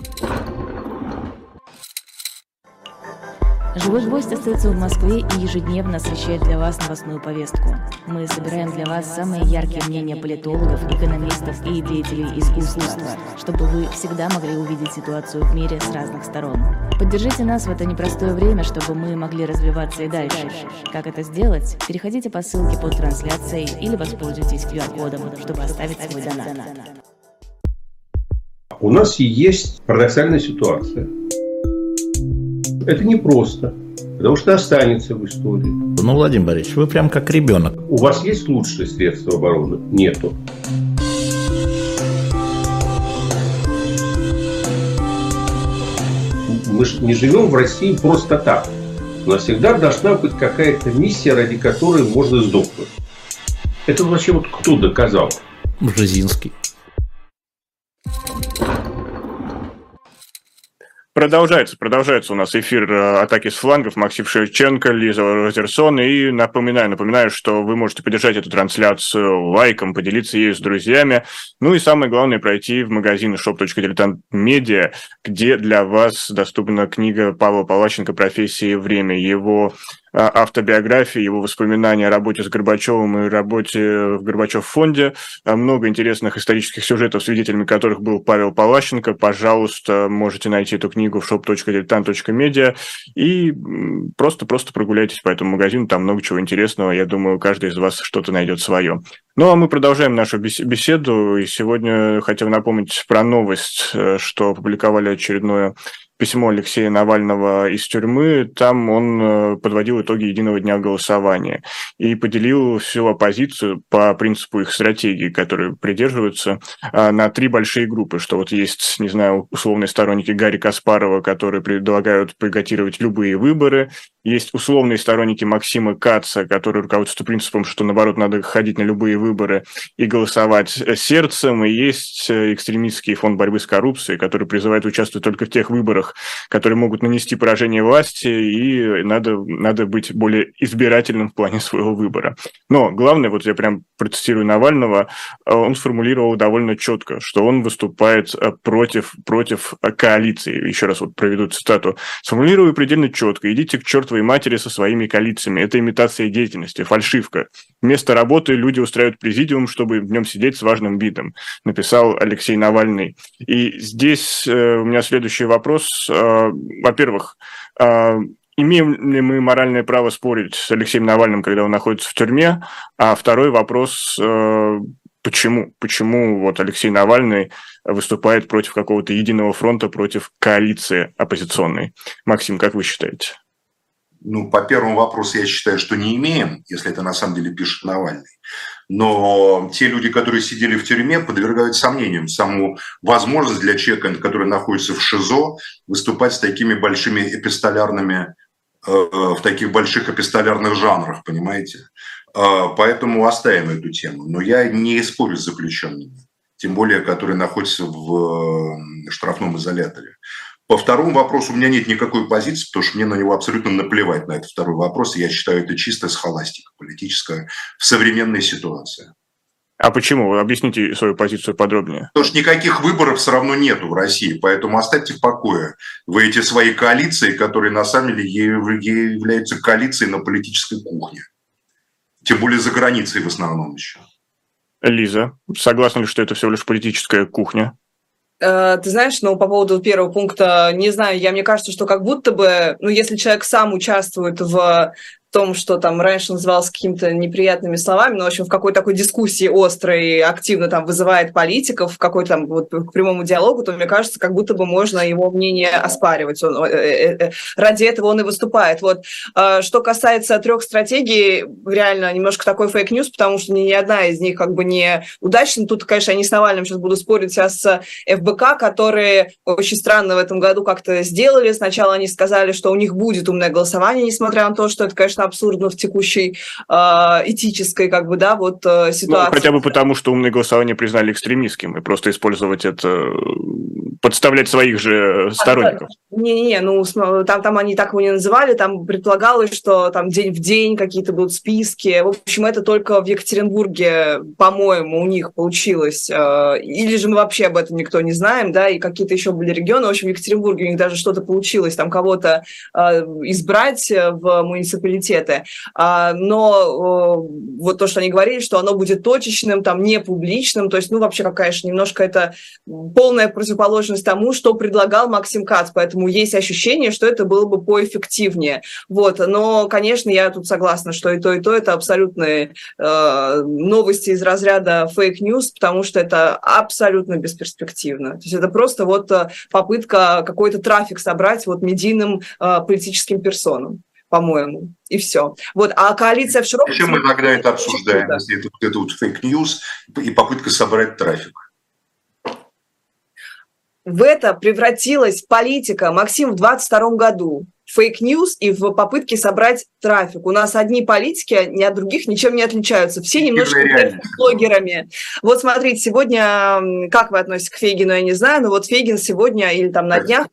[SPEAKER 4] «Живой гвоздь» остается в Москве и ежедневно освещает для вас новостную повестку. Мы собираем для вас самые яркие мнения политологов, экономистов и деятелей искусства, чтобы вы всегда могли увидеть ситуацию в мире с разных сторон. Поддержите нас в это непростое время, чтобы мы могли развиваться и дальше. Как это сделать? Переходите по ссылке под трансляцией или воспользуйтесь QR-кодом, чтобы оставить свой донат.
[SPEAKER 5] У нас есть парадоксальная ситуация. Это непросто, потому что останется в истории.
[SPEAKER 6] Ну, Владимир Борисович, вы прям как ребенок.
[SPEAKER 5] У вас есть лучшие средства обороны? Нету. Мы же не живем в России просто так. У нас всегда должна быть какая-то миссия, ради которой можно сдохнуть. Это вообще вот кто доказал?
[SPEAKER 6] Бжезинский.
[SPEAKER 1] Продолжается у нас эфир «Атаки с флангов». Максим Шевченко, Лиза Розерсон. И напоминаю, что вы можете поддержать эту трансляцию лайком, поделиться ею с друзьями. Ну и самое главное, пройти в магазин shop.diletant.media, где для вас доступна книга Павла Палащенко «Профессия и время». Его автобиографии, его воспоминания о работе с Горбачевым и работе в Горбачев-фонде. Много интересных исторических сюжетов, свидетелями которых был Павел Палащенко. Пожалуйста, можете найти эту книгу в shop.diletant.media и просто прогуляйтесь по этому магазину, там много чего интересного. Я думаю, каждый из вас что-то найдет свое. Ну, а мы продолжаем нашу беседу, и сегодня хотел напомнить про новость, что опубликовали очередное письмо Алексея Навального из тюрьмы. Там он подводил итоги единого дня голосования и поделил всю оппозицию по принципу их стратегии, которые придерживаются, на три большие группы. Что вот есть, не знаю, условные сторонники Гарри Каспарова, которые предлагают бойкотировать любые выборы. Есть условные сторонники Максима Каца, которые руководствуются принципом, что, наоборот, надо ходить на любые выборы и голосовать сердцем. И есть экстремистский фонд борьбы с коррупцией, который призывает участвовать только в тех выборах, которые могут нанести поражение власти, и надо быть более избирательным в плане своего выбора. Но главное, вот я прям процитирую Навального, он сформулировал довольно четко, что он выступает против коалиции. Еще раз вот проведу цитату. «Сформулирую предельно четко. Идите к чертовой матери со своими коалициями. Это имитация деятельности, фальшивка. Вместо работы люди устраивают президиум, чтобы в нем сидеть с важным видом», написал Алексей Навальный. И здесь у меня следующий вопрос. Во-первых, имеем ли мы моральное право спорить с Алексеем Навальным, когда он находится в тюрьме? А второй вопрос, почему? Почему вот Алексей Навальный выступает против какого-то единого фронта, против коалиции оппозиционной? Максим, как вы считаете?
[SPEAKER 2] Ну, по первому вопросу я считаю, что не имеем, если это на самом деле пишет Навальный. Но те люди, которые сидели в тюрьме, подвергают сомнениям саму возможность для человека, который находится в ШИЗО, выступать с такими большими эпистолярными, в таких больших эпистолярных жанрах, понимаете? Поэтому оставим эту тему. Но я не спорю с заключенными, тем более, которые находятся в штрафном изоляторе. По второму вопросу у меня нет никакой позиции, потому что мне на него абсолютно наплевать, на этот второй вопрос. Я считаю, это чистая схоластика политическая в современной ситуации.
[SPEAKER 1] А почему? Вы объясните свою позицию подробнее.
[SPEAKER 2] Потому что никаких выборов все равно нету в России, поэтому оставьте в покое вы эти свои коалиции, которые на самом деле являются коалицией на политической кухне. Тем более за границей в основном еще.
[SPEAKER 1] Лиза, согласна ли, что это всего лишь политическая кухня?
[SPEAKER 3] Ты знаешь, по поводу первого пункта, не знаю, мне кажется, что как будто бы, если человек сам участвует в том, что там раньше называлось какими-то неприятными словами, но, в общем, в какой-то такой дискуссии острой, активно там вызывает политиков, в какой-то там вот к прямому диалогу, то, мне кажется, как будто бы можно его мнение оспаривать. Ради этого он и выступает. Вот. Что касается 3 стратегий, реально немножко такой фейк-ньюс, потому что ни одна из них как бы не удачна. Тут, конечно, они с Навальным сейчас буду спорить с ФБК, которые очень странно в этом году как-то сделали. Сначала они сказали, что у них будет умное голосование, несмотря на то, что это, конечно, абсурдно в текущей этической ситуации.
[SPEAKER 1] Ну, хотя бы потому, что умное голосование признали экстремистским, и просто использовать это, подставлять своих же сторонников.
[SPEAKER 3] Там они так его не называли, там предполагалось, что там день в день какие-то будут списки. В общем, это только в Екатеринбурге, по-моему, у них получилось. Или же мы вообще об этом никто не знаем, да, и какие-то еще были регионы. В общем, в Екатеринбурге у них даже что-то получилось, там кого-то избрать в муниципалитет. Но вот то, что они говорили, что оно будет точечным, там, не публичным, то есть, вообще, конечно, немножко это полная противоположность противоположность тому, что предлагал Максим Кац, поэтому есть ощущение, что это было бы поэффективнее. Вот. Но, конечно, я тут согласна, что и то это абсолютные новости из разряда фейк-ньюс, потому что это абсолютно бесперспективно. То есть это просто вот попытка какой-то трафик собрать вот медийным политическим персонам, по-моему, и все. Вот, а коалиция в широком...
[SPEAKER 2] Зачем мы тогда это обсуждаем, если это вот фейк-ньюс и попытка собрать трафик?
[SPEAKER 3] В это превратилась политика, Максим, в 2022 году. Фейк-ньюс и в попытке собрать трафик. У нас одни политики ни от других ничем не отличаются. Все немножко блогерами. Вот смотрите, сегодня, как вы относитесь к Фейгину, я не знаю, но вот Фейгин сегодня или там на днях...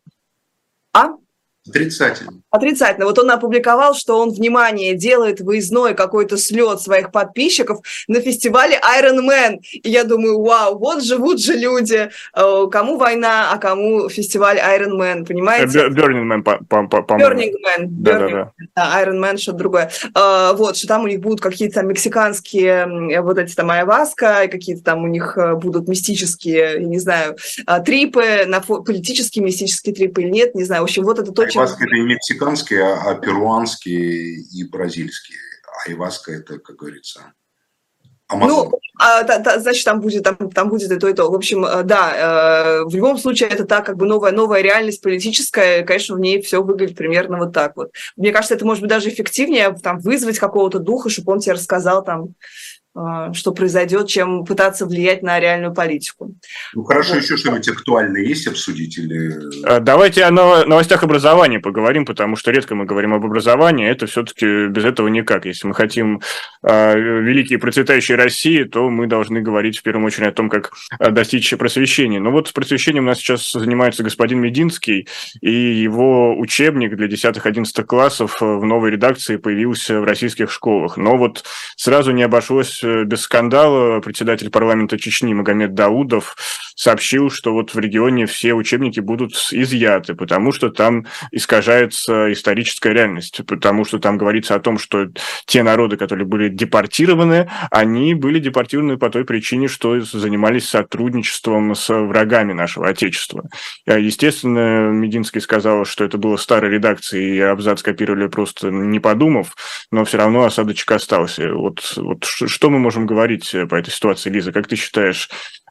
[SPEAKER 2] Отрицательно.
[SPEAKER 3] Отрицательно. Вот он опубликовал, что он, внимание, делает выездной какой-то слет своих подписчиков на фестивале Iron Man. И я думаю, вау, вот живут же люди. Кому война, а кому фестиваль Iron Man, понимаете?
[SPEAKER 1] Burning Man, по-моему.
[SPEAKER 3] Burning Man. Да. Iron Man, что-то другое. Вот, что там у них будут какие-то там мексиканские вот эти там айваска, и какие-то там у них будут мистические, я не знаю, трипы, политические мистические трипы или нет, не знаю. В общем, вот это точно.
[SPEAKER 2] Айваска – это не мексиканские, а перуанские и бразильские. Айваска – это, как говорится, Амазон.
[SPEAKER 3] Ну, значит, там будет и то, и то. В общем, да, в любом случае, это так, как бы новая реальность политическая, конечно, в ней все выглядит примерно вот так вот. Мне кажется, это может быть даже эффективнее там вызвать какого-то духа, чтобы он тебе рассказал там, что произойдет, чем пытаться влиять на реальную политику.
[SPEAKER 2] Ну, хорошо, еще что-нибудь актуальное есть обсудить? Или...
[SPEAKER 1] Давайте о новостях образования поговорим, потому что редко мы говорим об образовании, это все-таки без этого никак. Если мы хотим великой и процветающей России, то мы должны говорить в первую очередь о том, как достичь просвещения. Но вот просвещением у нас сейчас занимается господин Мединский, и его учебник для 10-11 классов в новой редакции появился в российских школах. Но вот сразу не обошлось без скандала. Председатель парламента Чечни Магомед Даудов сообщил, что вот в регионе все учебники будут изъяты, потому что там искажается историческая реальность, потому что там говорится о том, что те народы, которые были депортированы, они были депортированы по той причине, что занимались сотрудничеством с врагами нашего Отечества. Естественно, Мединский сказал, что это было старой редакцией, и абзац копировали просто не подумав, но все равно осадочек остался. Вот что мы можем говорить по этой ситуации, Лиза? Как ты считаешь,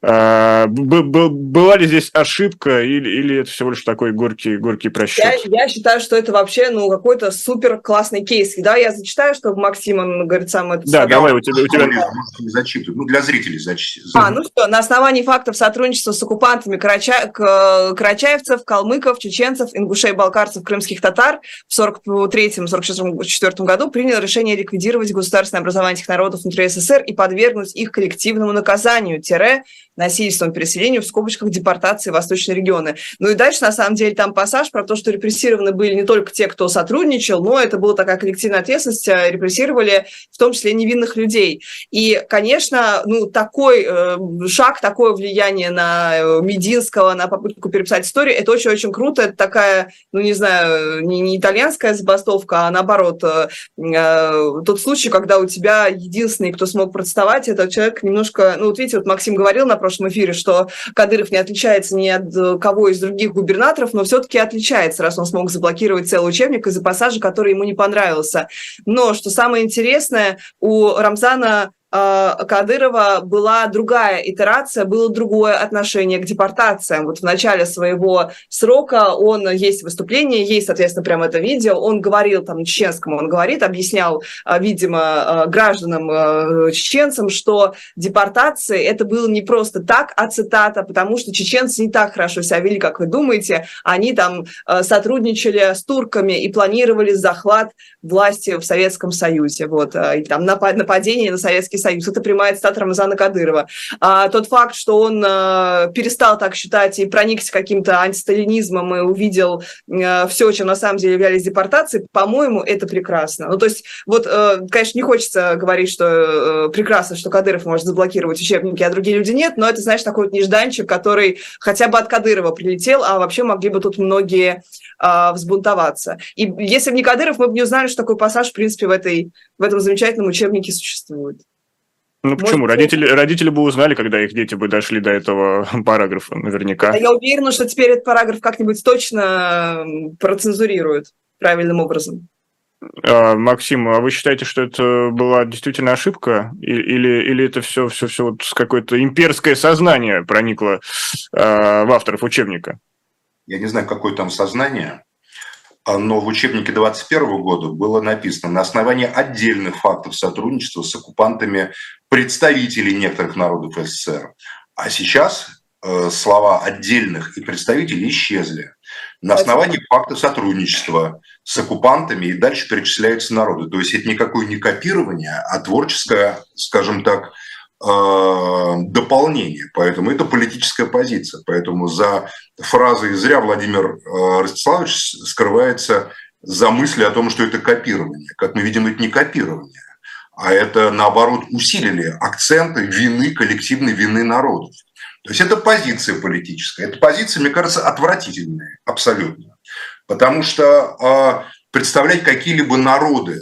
[SPEAKER 1] была ли здесь ошибка или это всего лишь такой горький просчет?
[SPEAKER 3] Я считаю, что это вообще какой-то супер классный кейс. Да, я зачитаю, чтобы Максим, он говорит, сам это...
[SPEAKER 1] Да, давай, у тебя...
[SPEAKER 2] Зачитывай. Ну, для зрителей зачитывай.
[SPEAKER 3] Ну что, на основании фактов сотрудничества с оккупантами карачаевцев, калмыков, чеченцев, ингушей, балкарцев, крымских татар в 1943-1944 году принял решение ликвидировать государственное образование этих народов внутри СССР и подвергнуть их коллективному наказанию, насильственному переселению, в скобочках депортации в восточные регионы. Ну и дальше, на самом деле, там пассаж про то, что репрессированы были не только те, кто сотрудничал, но это была такая коллективная ответственность, репрессировали в том числе невинных людей. И, конечно, такой шаг, такое влияние на Мединского, на попытку переписать историю, это очень-очень круто. Это такая, не знаю, не итальянская забастовка, а наоборот, тот случай, когда у тебя единственный, кто смог протестовать, это человек немножко, вот видите, вот Максим говорил на прошлом эфире, что Кадыров не отличается ни от кого из других губернаторов, но все-таки отличается, раз он смог заблокировать целый учебник из-за пассажа, который ему не понравился. Но, что самое интересное, у Рамзана Кадырова была другая итерация, было другое отношение к депортациям. Вот в начале своего срока есть выступление, есть, соответственно, прямо это видео, он говорил там на чеченском, объяснял, видимо, гражданам чеченцам, что депортации это было не просто так, а цитата, потому что чеченцы не так хорошо себя вели, как вы думаете, они там сотрудничали с турками и планировали захват власти в Советском Союзе, и там нападение на Советский Союз. Это прямая цитата Рамзана Кадырова. Тот факт, что он перестал так считать и проникся каким-то антисталинизмом и увидел все, чем на самом деле являлись депортации, по-моему, это прекрасно. То есть, конечно, не хочется говорить, что прекрасно, что Кадыров может заблокировать учебники, а другие люди нет, но это, знаешь, такой нежданчик, который хотя бы от Кадырова прилетел, а вообще могли бы тут многие взбунтоваться. И если бы не Кадыров, мы бы не узнали, что такой пассаж, в принципе, в этом замечательном учебнике существует.
[SPEAKER 1] Ну почему? Родители бы узнали, когда их дети бы дошли до этого параграфа, наверняка.
[SPEAKER 3] Я уверена, что теперь этот параграф как-нибудь точно процензурируют правильным образом.
[SPEAKER 1] Максим, а вы считаете, что это была действительно ошибка? Или это все вот какое-то имперское сознание проникло в авторов учебника?
[SPEAKER 2] Я не знаю, какое там сознание, но в учебнике 2021 года было написано: на основании отдельных фактов сотрудничества с оккупантами представителей некоторых народов СССР. А сейчас слова «отдельных» и «представителей» исчезли. На основании факта сотрудничества с оккупантами и дальше перечисляются народы. То есть это никакое не копирование, а творческое, скажем так, дополнение. Поэтому это политическая позиция. Поэтому за фразой «зря Владимир Ростиславович» скрывается за мысль о том, что это копирование. Как мы видим, это не копирование, а это, наоборот, усилили акценты вины, коллективной вины народов. То есть это позиция политическая. Эта позиция, мне кажется, отвратительная абсолютно. Потому что представлять какие-либо народы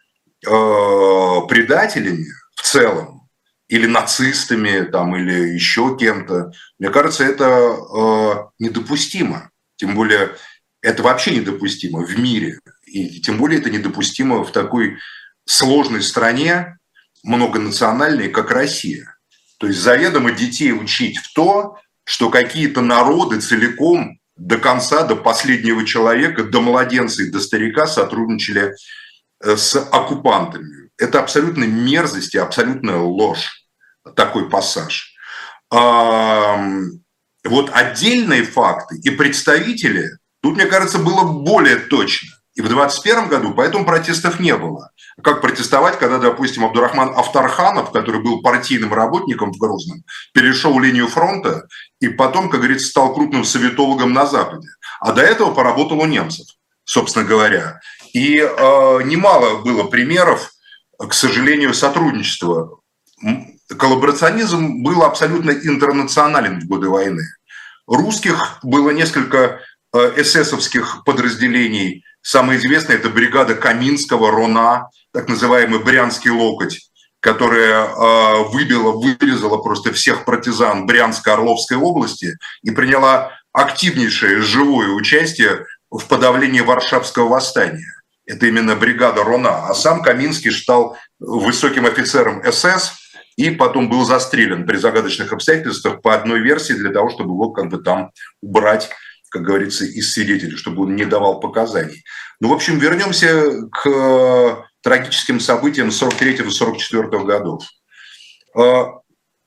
[SPEAKER 2] предателями в целом, или нацистами, там, или еще кем-то, мне кажется, это недопустимо. Тем более, это вообще недопустимо в мире. И тем более это недопустимо в такой сложной стране, многонациональной, как Россия. То есть заведомо детей учить в то, что какие-то народы целиком до конца, до последнего человека, до младенца и до старика сотрудничали с оккупантами. Это абсолютно мерзость и абсолютная ложь, такой пассаж. Вот отдельные факты и представители, тут, мне кажется, было более точно. И в 2021 году поэтому протестов не было. Как протестовать, когда, допустим, Абдурахман Авторханов, который был партийным работником в Грозном, перешел линию фронта и потом, как говорится, стал крупным советологом на Западе. А до этого поработал у немцев, собственно говоря. И немало было примеров, к сожалению, сотрудничества. Коллаборационизм был абсолютно интернационален в годы войны. Русских было несколько эсэсовских подразделений. Самое известное – это бригада Каминского, Рона, так называемый Брянский локоть, которая вырезала просто всех партизан Брянской, Орловской области и приняла активнейшее живое участие в подавлении Варшавского восстания. Это именно бригада Рона. А сам Каминский стал высоким офицером СС и потом был застрелен при загадочных обстоятельствах по одной версии для того, чтобы его как бы там убрать, как говорится, из свидетелей, чтобы он не давал показаний. Ну, в общем, вернемся к трагическим событиям 43-44 годов. О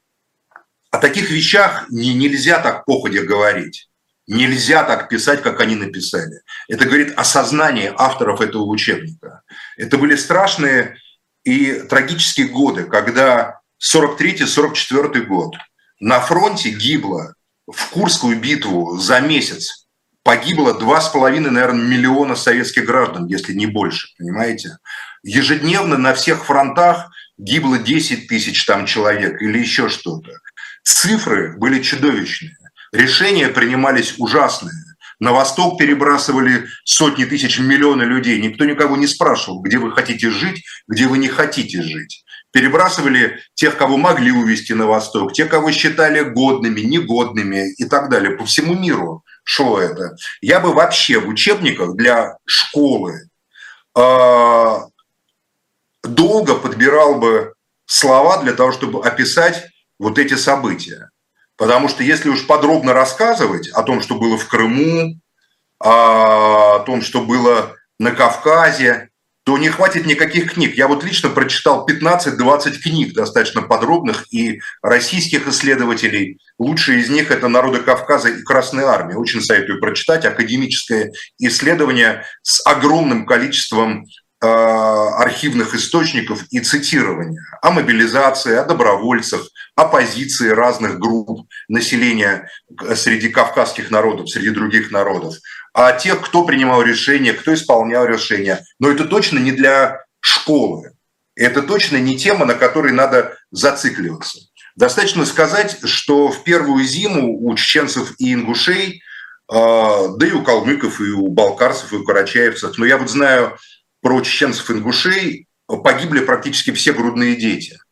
[SPEAKER 2] таких вещах нельзя так походя говорить. Нельзя так писать, как они написали. Это говорит о сознании авторов этого учебника. Это были страшные и трагические годы, когда 43-44 год на фронте гибло в Курскую битву за месяц погибло 2,5, наверное, миллиона советских граждан, если не больше, понимаете? Ежедневно на всех фронтах гибло 10 тысяч там человек или еще что-то. Цифры были чудовищные, решения принимались ужасные. На восток перебрасывали сотни тысяч, миллионы людей. Никто никого не спрашивал, где вы хотите жить, где вы не хотите жить. Перебрасывали тех, кого могли увезти на восток, тех, кого считали годными, негодными и так далее. По всему миру шло это. Я бы вообще в учебниках для школы долго подбирал бы слова для того, чтобы описать вот эти события. Потому что если уж подробно рассказывать о том, что было в Крыму, о том, что было на Кавказе, то не хватит никаких книг. Я вот лично прочитал 15-20 книг достаточно подробных и российских исследователей. Лучшие из них – это «Народы Кавказа» и «Красная армия». Очень советую прочитать академическое исследование с огромным количеством архивных источников и цитирования о мобилизации, о добровольцах, о позиции разных групп населения среди кавказских народов, среди других народов, о тех, кто принимал решения, кто исполнял решения. Но это точно не для школы. Это точно не тема, на которой надо зацикливаться. Достаточно сказать, что в первую зиму у чеченцев и ингушей, да и у калмыков, и у балкарцев, и у карачаевцев, но я вот знаю про чеченцев и ингушей, погибли практически все грудные дети.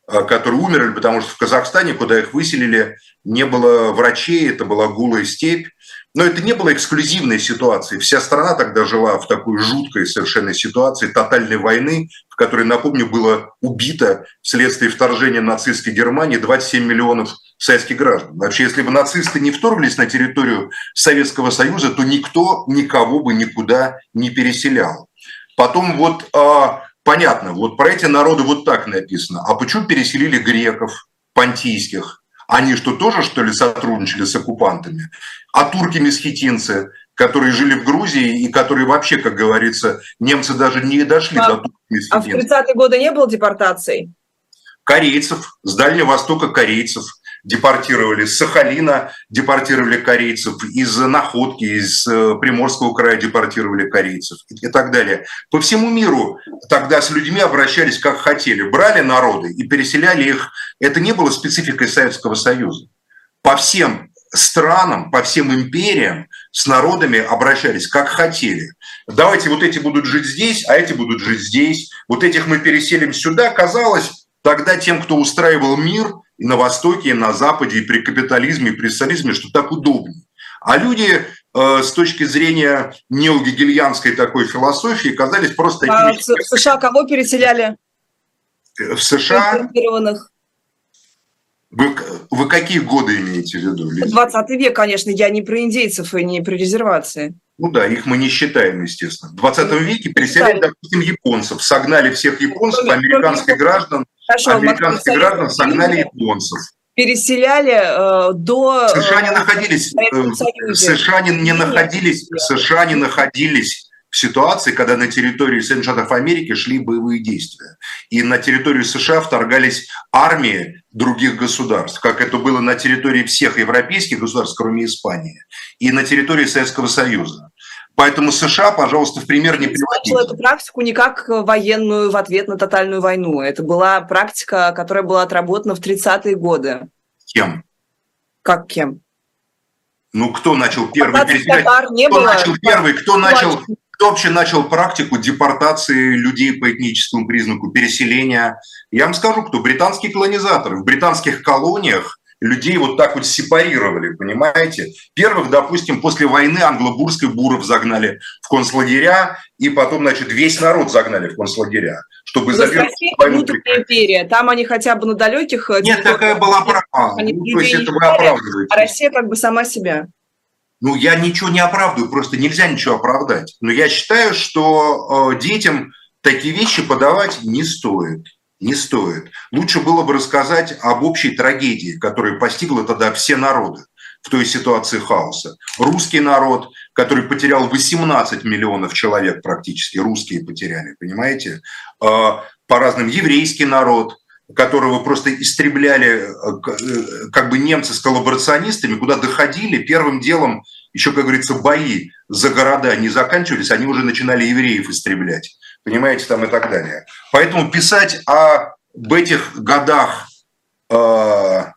[SPEAKER 2] которые умерли, потому что в Казахстане, куда их выселили, не было врачей, это была голая степь. Но это не было эксклюзивной ситуацией. Вся страна тогда жила в такой жуткой совершенно ситуации тотальной войны, в которой, напомню, было убито вследствие вторжения нацистской Германии 27 миллионов советских граждан. Вообще, если бы нацисты не вторглись на территорию Советского Союза, то никто никого бы никуда не переселял. Потом вот понятно, вот про эти народы вот так написано. А почему переселили греков, понтийских? Они что, тоже, что ли, сотрудничали с оккупантами? А турки-месхетинцы, которые жили в Грузии и которые вообще, как говорится, немцы даже не дошли до турок-месхетинцев.
[SPEAKER 3] А в 30-е годы не было депортаций?
[SPEAKER 2] Корейцев, с Дальнего Востока корейцев депортировали, с Сахалина депортировали корейцев, из Находки, из Приморского края депортировали корейцев и так далее. По всему миру тогда с людьми обращались как хотели. Брали народы и переселяли их. Это не было спецификой Советского Союза. По всем странам, по всем империям с народами обращались как хотели. Давайте вот эти будут жить здесь, а эти будут жить здесь. Вот этих мы переселим сюда. Казалось, тогда тем, кто устраивал мир и на Востоке, и на Западе, и при капитализме, и при социализме, что так удобнее. А люди с точки зрения неогегельянской такой философии казались просто...
[SPEAKER 3] В США кого переселяли?
[SPEAKER 2] В США... Вы какие годы имеете в виду, Лиза?
[SPEAKER 3] 20 век, конечно, я не про индейцев и не про резервации.
[SPEAKER 2] Ну да, их мы не считаем, естественно. В 20 веке переселяли, допустим, японцев. Согнали всех японцев, американских граждан. Американских граждан согнали японцев.
[SPEAKER 3] Переселяли до...
[SPEAKER 2] США не находились в ситуации, когда на территории Соединенных Штатов Америки шли боевые действия. И на территорию США вторгались армии других государств, как это было на территории всех европейских государств, кроме Испании, и на территории Советского Союза. Поэтому США, пожалуйста, в пример не приводите.
[SPEAKER 3] Я эту практику не как военную в ответ на тотальную войну. Это была практика, которая была отработана в 30-е годы.
[SPEAKER 2] Кем?
[SPEAKER 3] Как кем?
[SPEAKER 2] Ну, кто начал первый переселять? Кто вообще начал практику депортации людей по этническому признаку, переселения? Я вам скажу, кто. Британские колонизаторы. В британских колониях людей вот так вот сепарировали, понимаете? Первых, допустим, после войны англо-бурской буров загнали в концлагеря, и потом, значит, весь народ загнали в концлагеря, чтобы завершить войну.
[SPEAKER 3] Империя. Там они хотя бы на далеких...
[SPEAKER 2] Нет, такая была права. То есть это вы оправдываете.
[SPEAKER 3] А Россия как бы сама себя.
[SPEAKER 2] Ну, я ничего не оправдываю, просто нельзя ничего оправдать. Но я считаю, что детям такие вещи подавать не стоит. Не стоит. Лучше было бы рассказать об общей трагедии, которая постигла тогда все народы в той ситуации хаоса. Русский народ, который потерял 18 миллионов человек практически, русские потеряли, понимаете? По разным еврейский народ, которого просто истребляли как бы немцы с коллаборационистами, куда доходили, первым делом, еще, как говорится, бои за города не заканчивались, они уже начинали евреев истреблять, понимаете, там и так далее. Поэтому писать об этих годах вот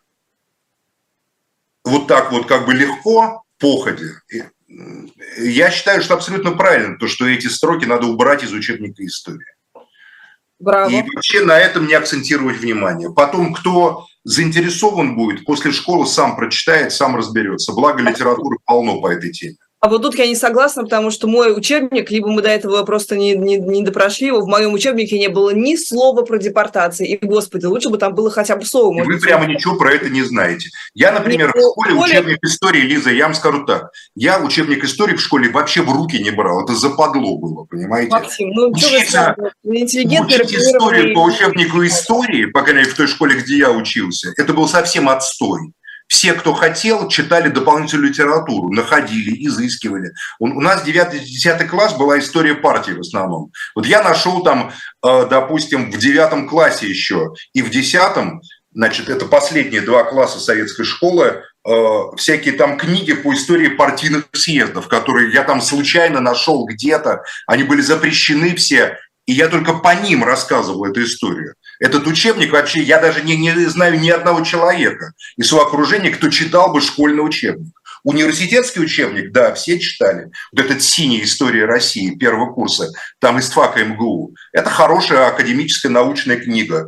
[SPEAKER 2] так вот как бы легко, походе, я считаю, что абсолютно правильно, то, что эти строки надо убрать из учебника истории.
[SPEAKER 3] Браво.
[SPEAKER 2] И вообще на этом не акцентировать внимание. Потом, кто заинтересован будет, после школы сам прочитает, сам разберется. Благо литературы полно по этой теме.
[SPEAKER 3] А вот тут я не согласна, потому что мой учебник, либо мы до этого просто не допрошли его, в моем учебнике не было ни слова про депортации. И, господи, лучше бы там было хотя бы слово.
[SPEAKER 2] И вы прямо ничего про это не знаете. Я, например, в школе учебник истории, Лиза, я вам скажу так, я учебник истории в школе вообще в руки не брал. Это западло было, понимаете?
[SPEAKER 3] Максим, ну учить
[SPEAKER 2] историю по учебнику истории, по крайней мере, в той школе, где я учился, это был совсем отстой. Все, кто хотел, читали дополнительную литературу, находили, изыскивали. У нас 9-10 класс была история партии в основном. Вот я нашел там, допустим, в 9 классе еще и в 10, значит, это последние 2 класса советской школы, всякие там книги по истории партийных съездов, которые я там случайно нашел где-то. Они были запрещены все, и я только по ним рассказывал эту историю. Этот учебник вообще, я даже не знаю ни одного человека из своего окружения, кто читал бы школьный учебник. Университетский учебник, да, все читали. Вот этот «Синяя история России» первого курса, там из ФАКа МГУ. Это хорошая академическая научная книга.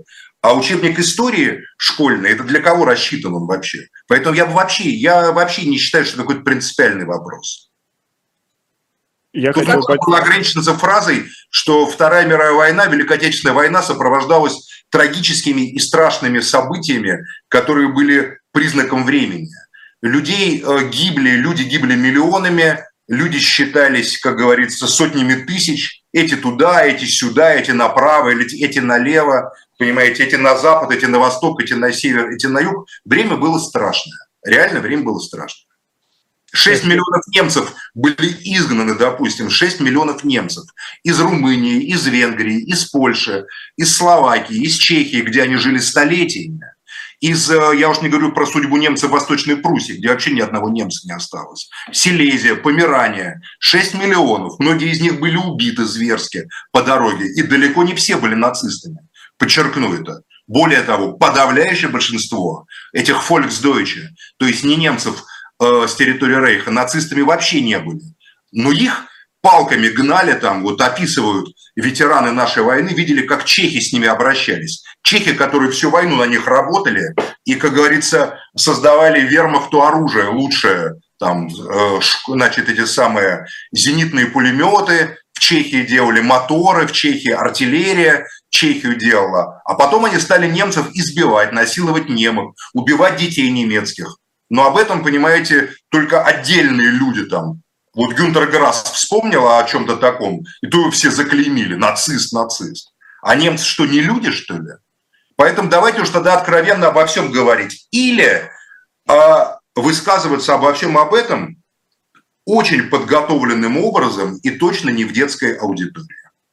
[SPEAKER 2] А учебник истории школьный, это для кого рассчитан он вообще? Поэтому я вообще не считаю, что это какой-то принципиальный вопрос. Тут было ограничено фразой, что Вторая мировая война, Великая Отечественная война сопровождалась трагическими и страшными событиями, которые были признаком времени. Люди гибли миллионами, люди считались, как говорится, сотнями тысяч. Эти туда, эти сюда, эти направо, эти налево, понимаете, эти на запад, эти на восток, эти на север, эти на юг. Время было страшное. Реально время было страшное. 6 миллионов немцев были изгнаны, допустим, 6 миллионов немцев из Румынии, из Венгрии, из Польши, из Словакии, из Чехии, где они жили столетиями. Я уж не говорю про судьбу немцев в Восточной Пруссии, где вообще ни одного немца не осталось. Силезия, Померания, 6 миллионов. Многие из них были убиты зверски по дороге, и далеко не все были нацистами. Подчеркну это. Более того, подавляющее большинство этих Volksdeutsche, то есть не немцев с территории Рейха, нацистами вообще не были. Но их палками гнали там, вот описывают ветераны нашей войны, видели, как чехи с ними обращались. Чехи, которые всю войну на них работали и, как говорится, создавали вермахту оружие лучшее, там, значит, эти самые зенитные пулеметы в Чехии делали, моторы в Чехии, артиллерия Чехию делала. А потом они стали немцев избивать, насиловать немок, убивать детей немецких. Но об этом, понимаете, только отдельные люди там. Вот Гюнтер Грасс вспомнил о чем-то таком, и то все заклеймили: нацист, нацист. А немцы что, не люди, что ли? Поэтому давайте уж тогда откровенно обо всем говорить. Или высказываться обо всем об этом очень подготовленным образом и точно не в детской аудитории.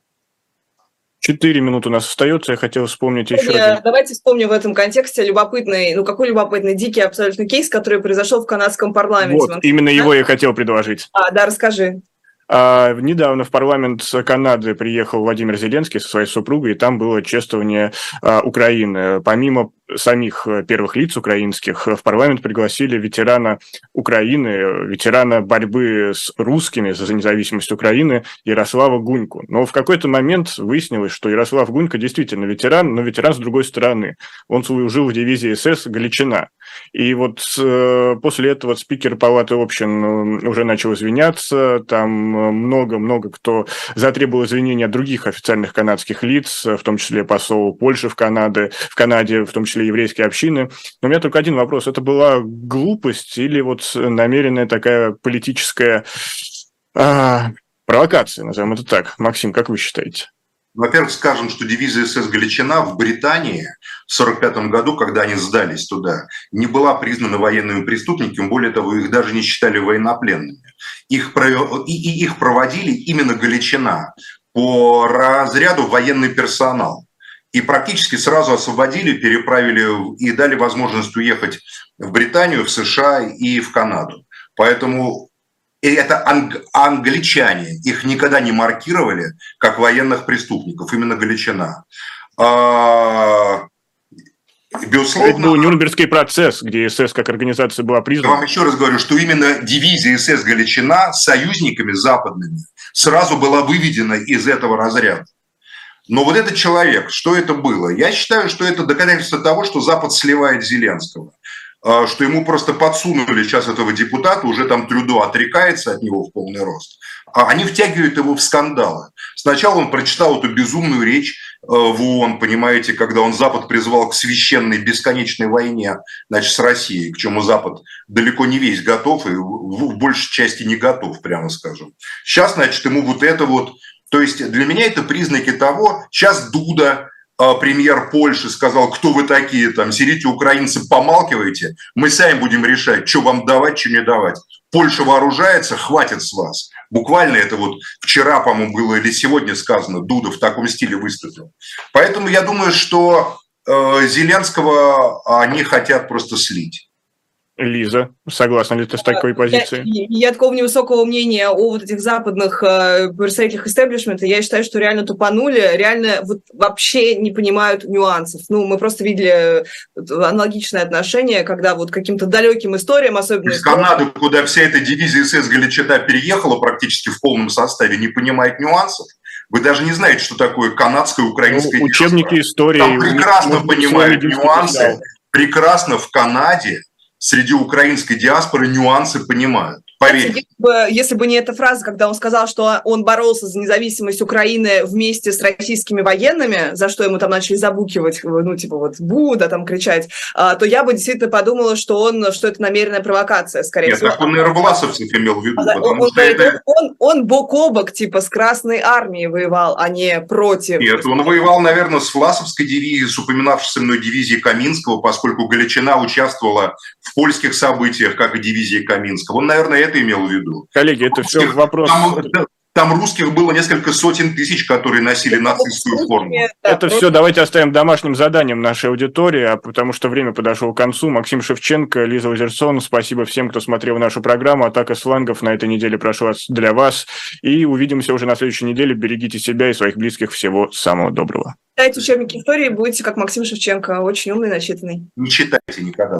[SPEAKER 1] 4 минуты у нас остается, я хотел вспомнить еще один.
[SPEAKER 3] Давайте вспомним в этом контексте какой любопытный, дикий абсолютно кейс, который произошел в канадском парламенте.
[SPEAKER 1] Вот, именно его я хотел предложить.
[SPEAKER 3] Да, расскажи.
[SPEAKER 1] Недавно в парламент Канады приехал Владимир Зеленский со своей супругой, и там было чествование Украины. Помимо самих первых лиц украинских, в парламент пригласили ветерана Украины, ветерана борьбы с русскими за независимость Украины Ярослава Гуньку. Но в какой-то момент выяснилось, что Ярослав Гунька действительно ветеран, но ветеран с другой стороны. Он служил в дивизии СС «Галичина». И вот после этого спикер Палаты общин уже начал извиняться, там много кто затребовал извинения от других официальных канадских лиц, в том числе посол Польши в Канаде, в том числе еврейские общины. Но у меня только один вопрос. Это была глупость или вот намеренная такая политическая провокация, назовем это так? Максим, как вы считаете?
[SPEAKER 2] Во-первых, скажем, что дивизия СС «Галичина» в Британии в 1945 году, когда они сдались туда, не была признана военными преступниками, более того, их даже не считали военнопленными. Их проводили именно «Галичина» по разряду военный персонал. И практически сразу освободили, переправили и дали возможность уехать в Британию, в США и в Канаду. Поэтому это англичане, их никогда не маркировали как военных преступников, именно Галичина. Безусловно,
[SPEAKER 1] это был Нюрнбергский процесс, где СС как организация была признана.
[SPEAKER 2] Я вам еще раз говорю, что именно дивизия СС «Галичина» с союзниками западными сразу была выведена из этого разряда. Но вот этот человек, что это было? Я считаю, что это доказательство того, что Запад сливает Зеленского. Что ему просто подсунули сейчас этого депутата, уже там Трюдо отрекается от него в полный рост, а они втягивают его в скандалы. Сначала он прочитал эту безумную речь в ООН, понимаете, когда он Запад призвал к священной бесконечной войне, значит, с Россией, к чему Запад далеко не весь готов и в большей части не готов, прямо скажем. Сейчас, значит, ему вот это вот, то есть для меня это признаки того, сейчас Дуда, премьер Польши, сказал: кто вы такие, там, сидите, украинцы, помалкивайте, мы сами будем решать, что вам давать, что не давать. Польша вооружается, хватит с вас. Буквально это вот вчера, по-моему, было или сегодня сказано, Дуда в таком стиле выступил. Поэтому я думаю, что Зеленского они хотят просто слить.
[SPEAKER 1] Лиза, согласна ли ты с такой позицией?
[SPEAKER 3] Я такого невысокого мнения о вот этих западных представителях истеблишмента. Я считаю, что реально тупанули, реально вот вообще не понимают нюансов. Ну, мы просто видели аналогичное отношение, когда вот каким-то далеким историям, особенно...
[SPEAKER 2] Из Канады, куда вся эта дивизия СС «Галичина» переехала практически в полном составе, не понимает нюансов. Вы даже не знаете, что такое канадская, украинская
[SPEAKER 1] учебники истории.
[SPEAKER 2] Там прекрасно понимают нюансы. Прекрасно в Канаде среди украинской диаспоры нюансы понимают. Поверьте.
[SPEAKER 3] Если бы не эта фраза, когда он сказал, что он боролся за независимость Украины вместе с российскими военными, за что ему там начали забукивать, ну, типа вот «Буда» там кричать, то я бы действительно подумала, что это намеренная провокация, скорее всего.
[SPEAKER 2] Нет, так он, наверное, власовцев имел в виду.
[SPEAKER 3] Он бок о бок, типа, с Красной армией воевал, а не против.
[SPEAKER 2] Нет, он воевал, наверное, с власовской дивизией, с упоминавшейся мной дивизией Каминского, поскольку Галичина участвовала в польских событиях, как и дивизия Каминского. Он, наверное, это имел в виду.
[SPEAKER 1] Коллеги, это все вопрос...
[SPEAKER 2] Там русских было несколько сотен тысяч, которые носили нацистскую форму.
[SPEAKER 1] Это все давайте оставим домашним заданием нашей аудитории, потому что время подошло к концу. Максим Шевченко, Лиза Лазерсон, спасибо всем, кто смотрел нашу программу. Атака слангов на этой неделе прошла для вас. И увидимся уже на следующей неделе. Берегите себя и своих близких. Всего самого доброго.
[SPEAKER 3] Читайте учебники истории, будете как Максим Шевченко, очень умный, начитанный.
[SPEAKER 2] Не читайте никогда.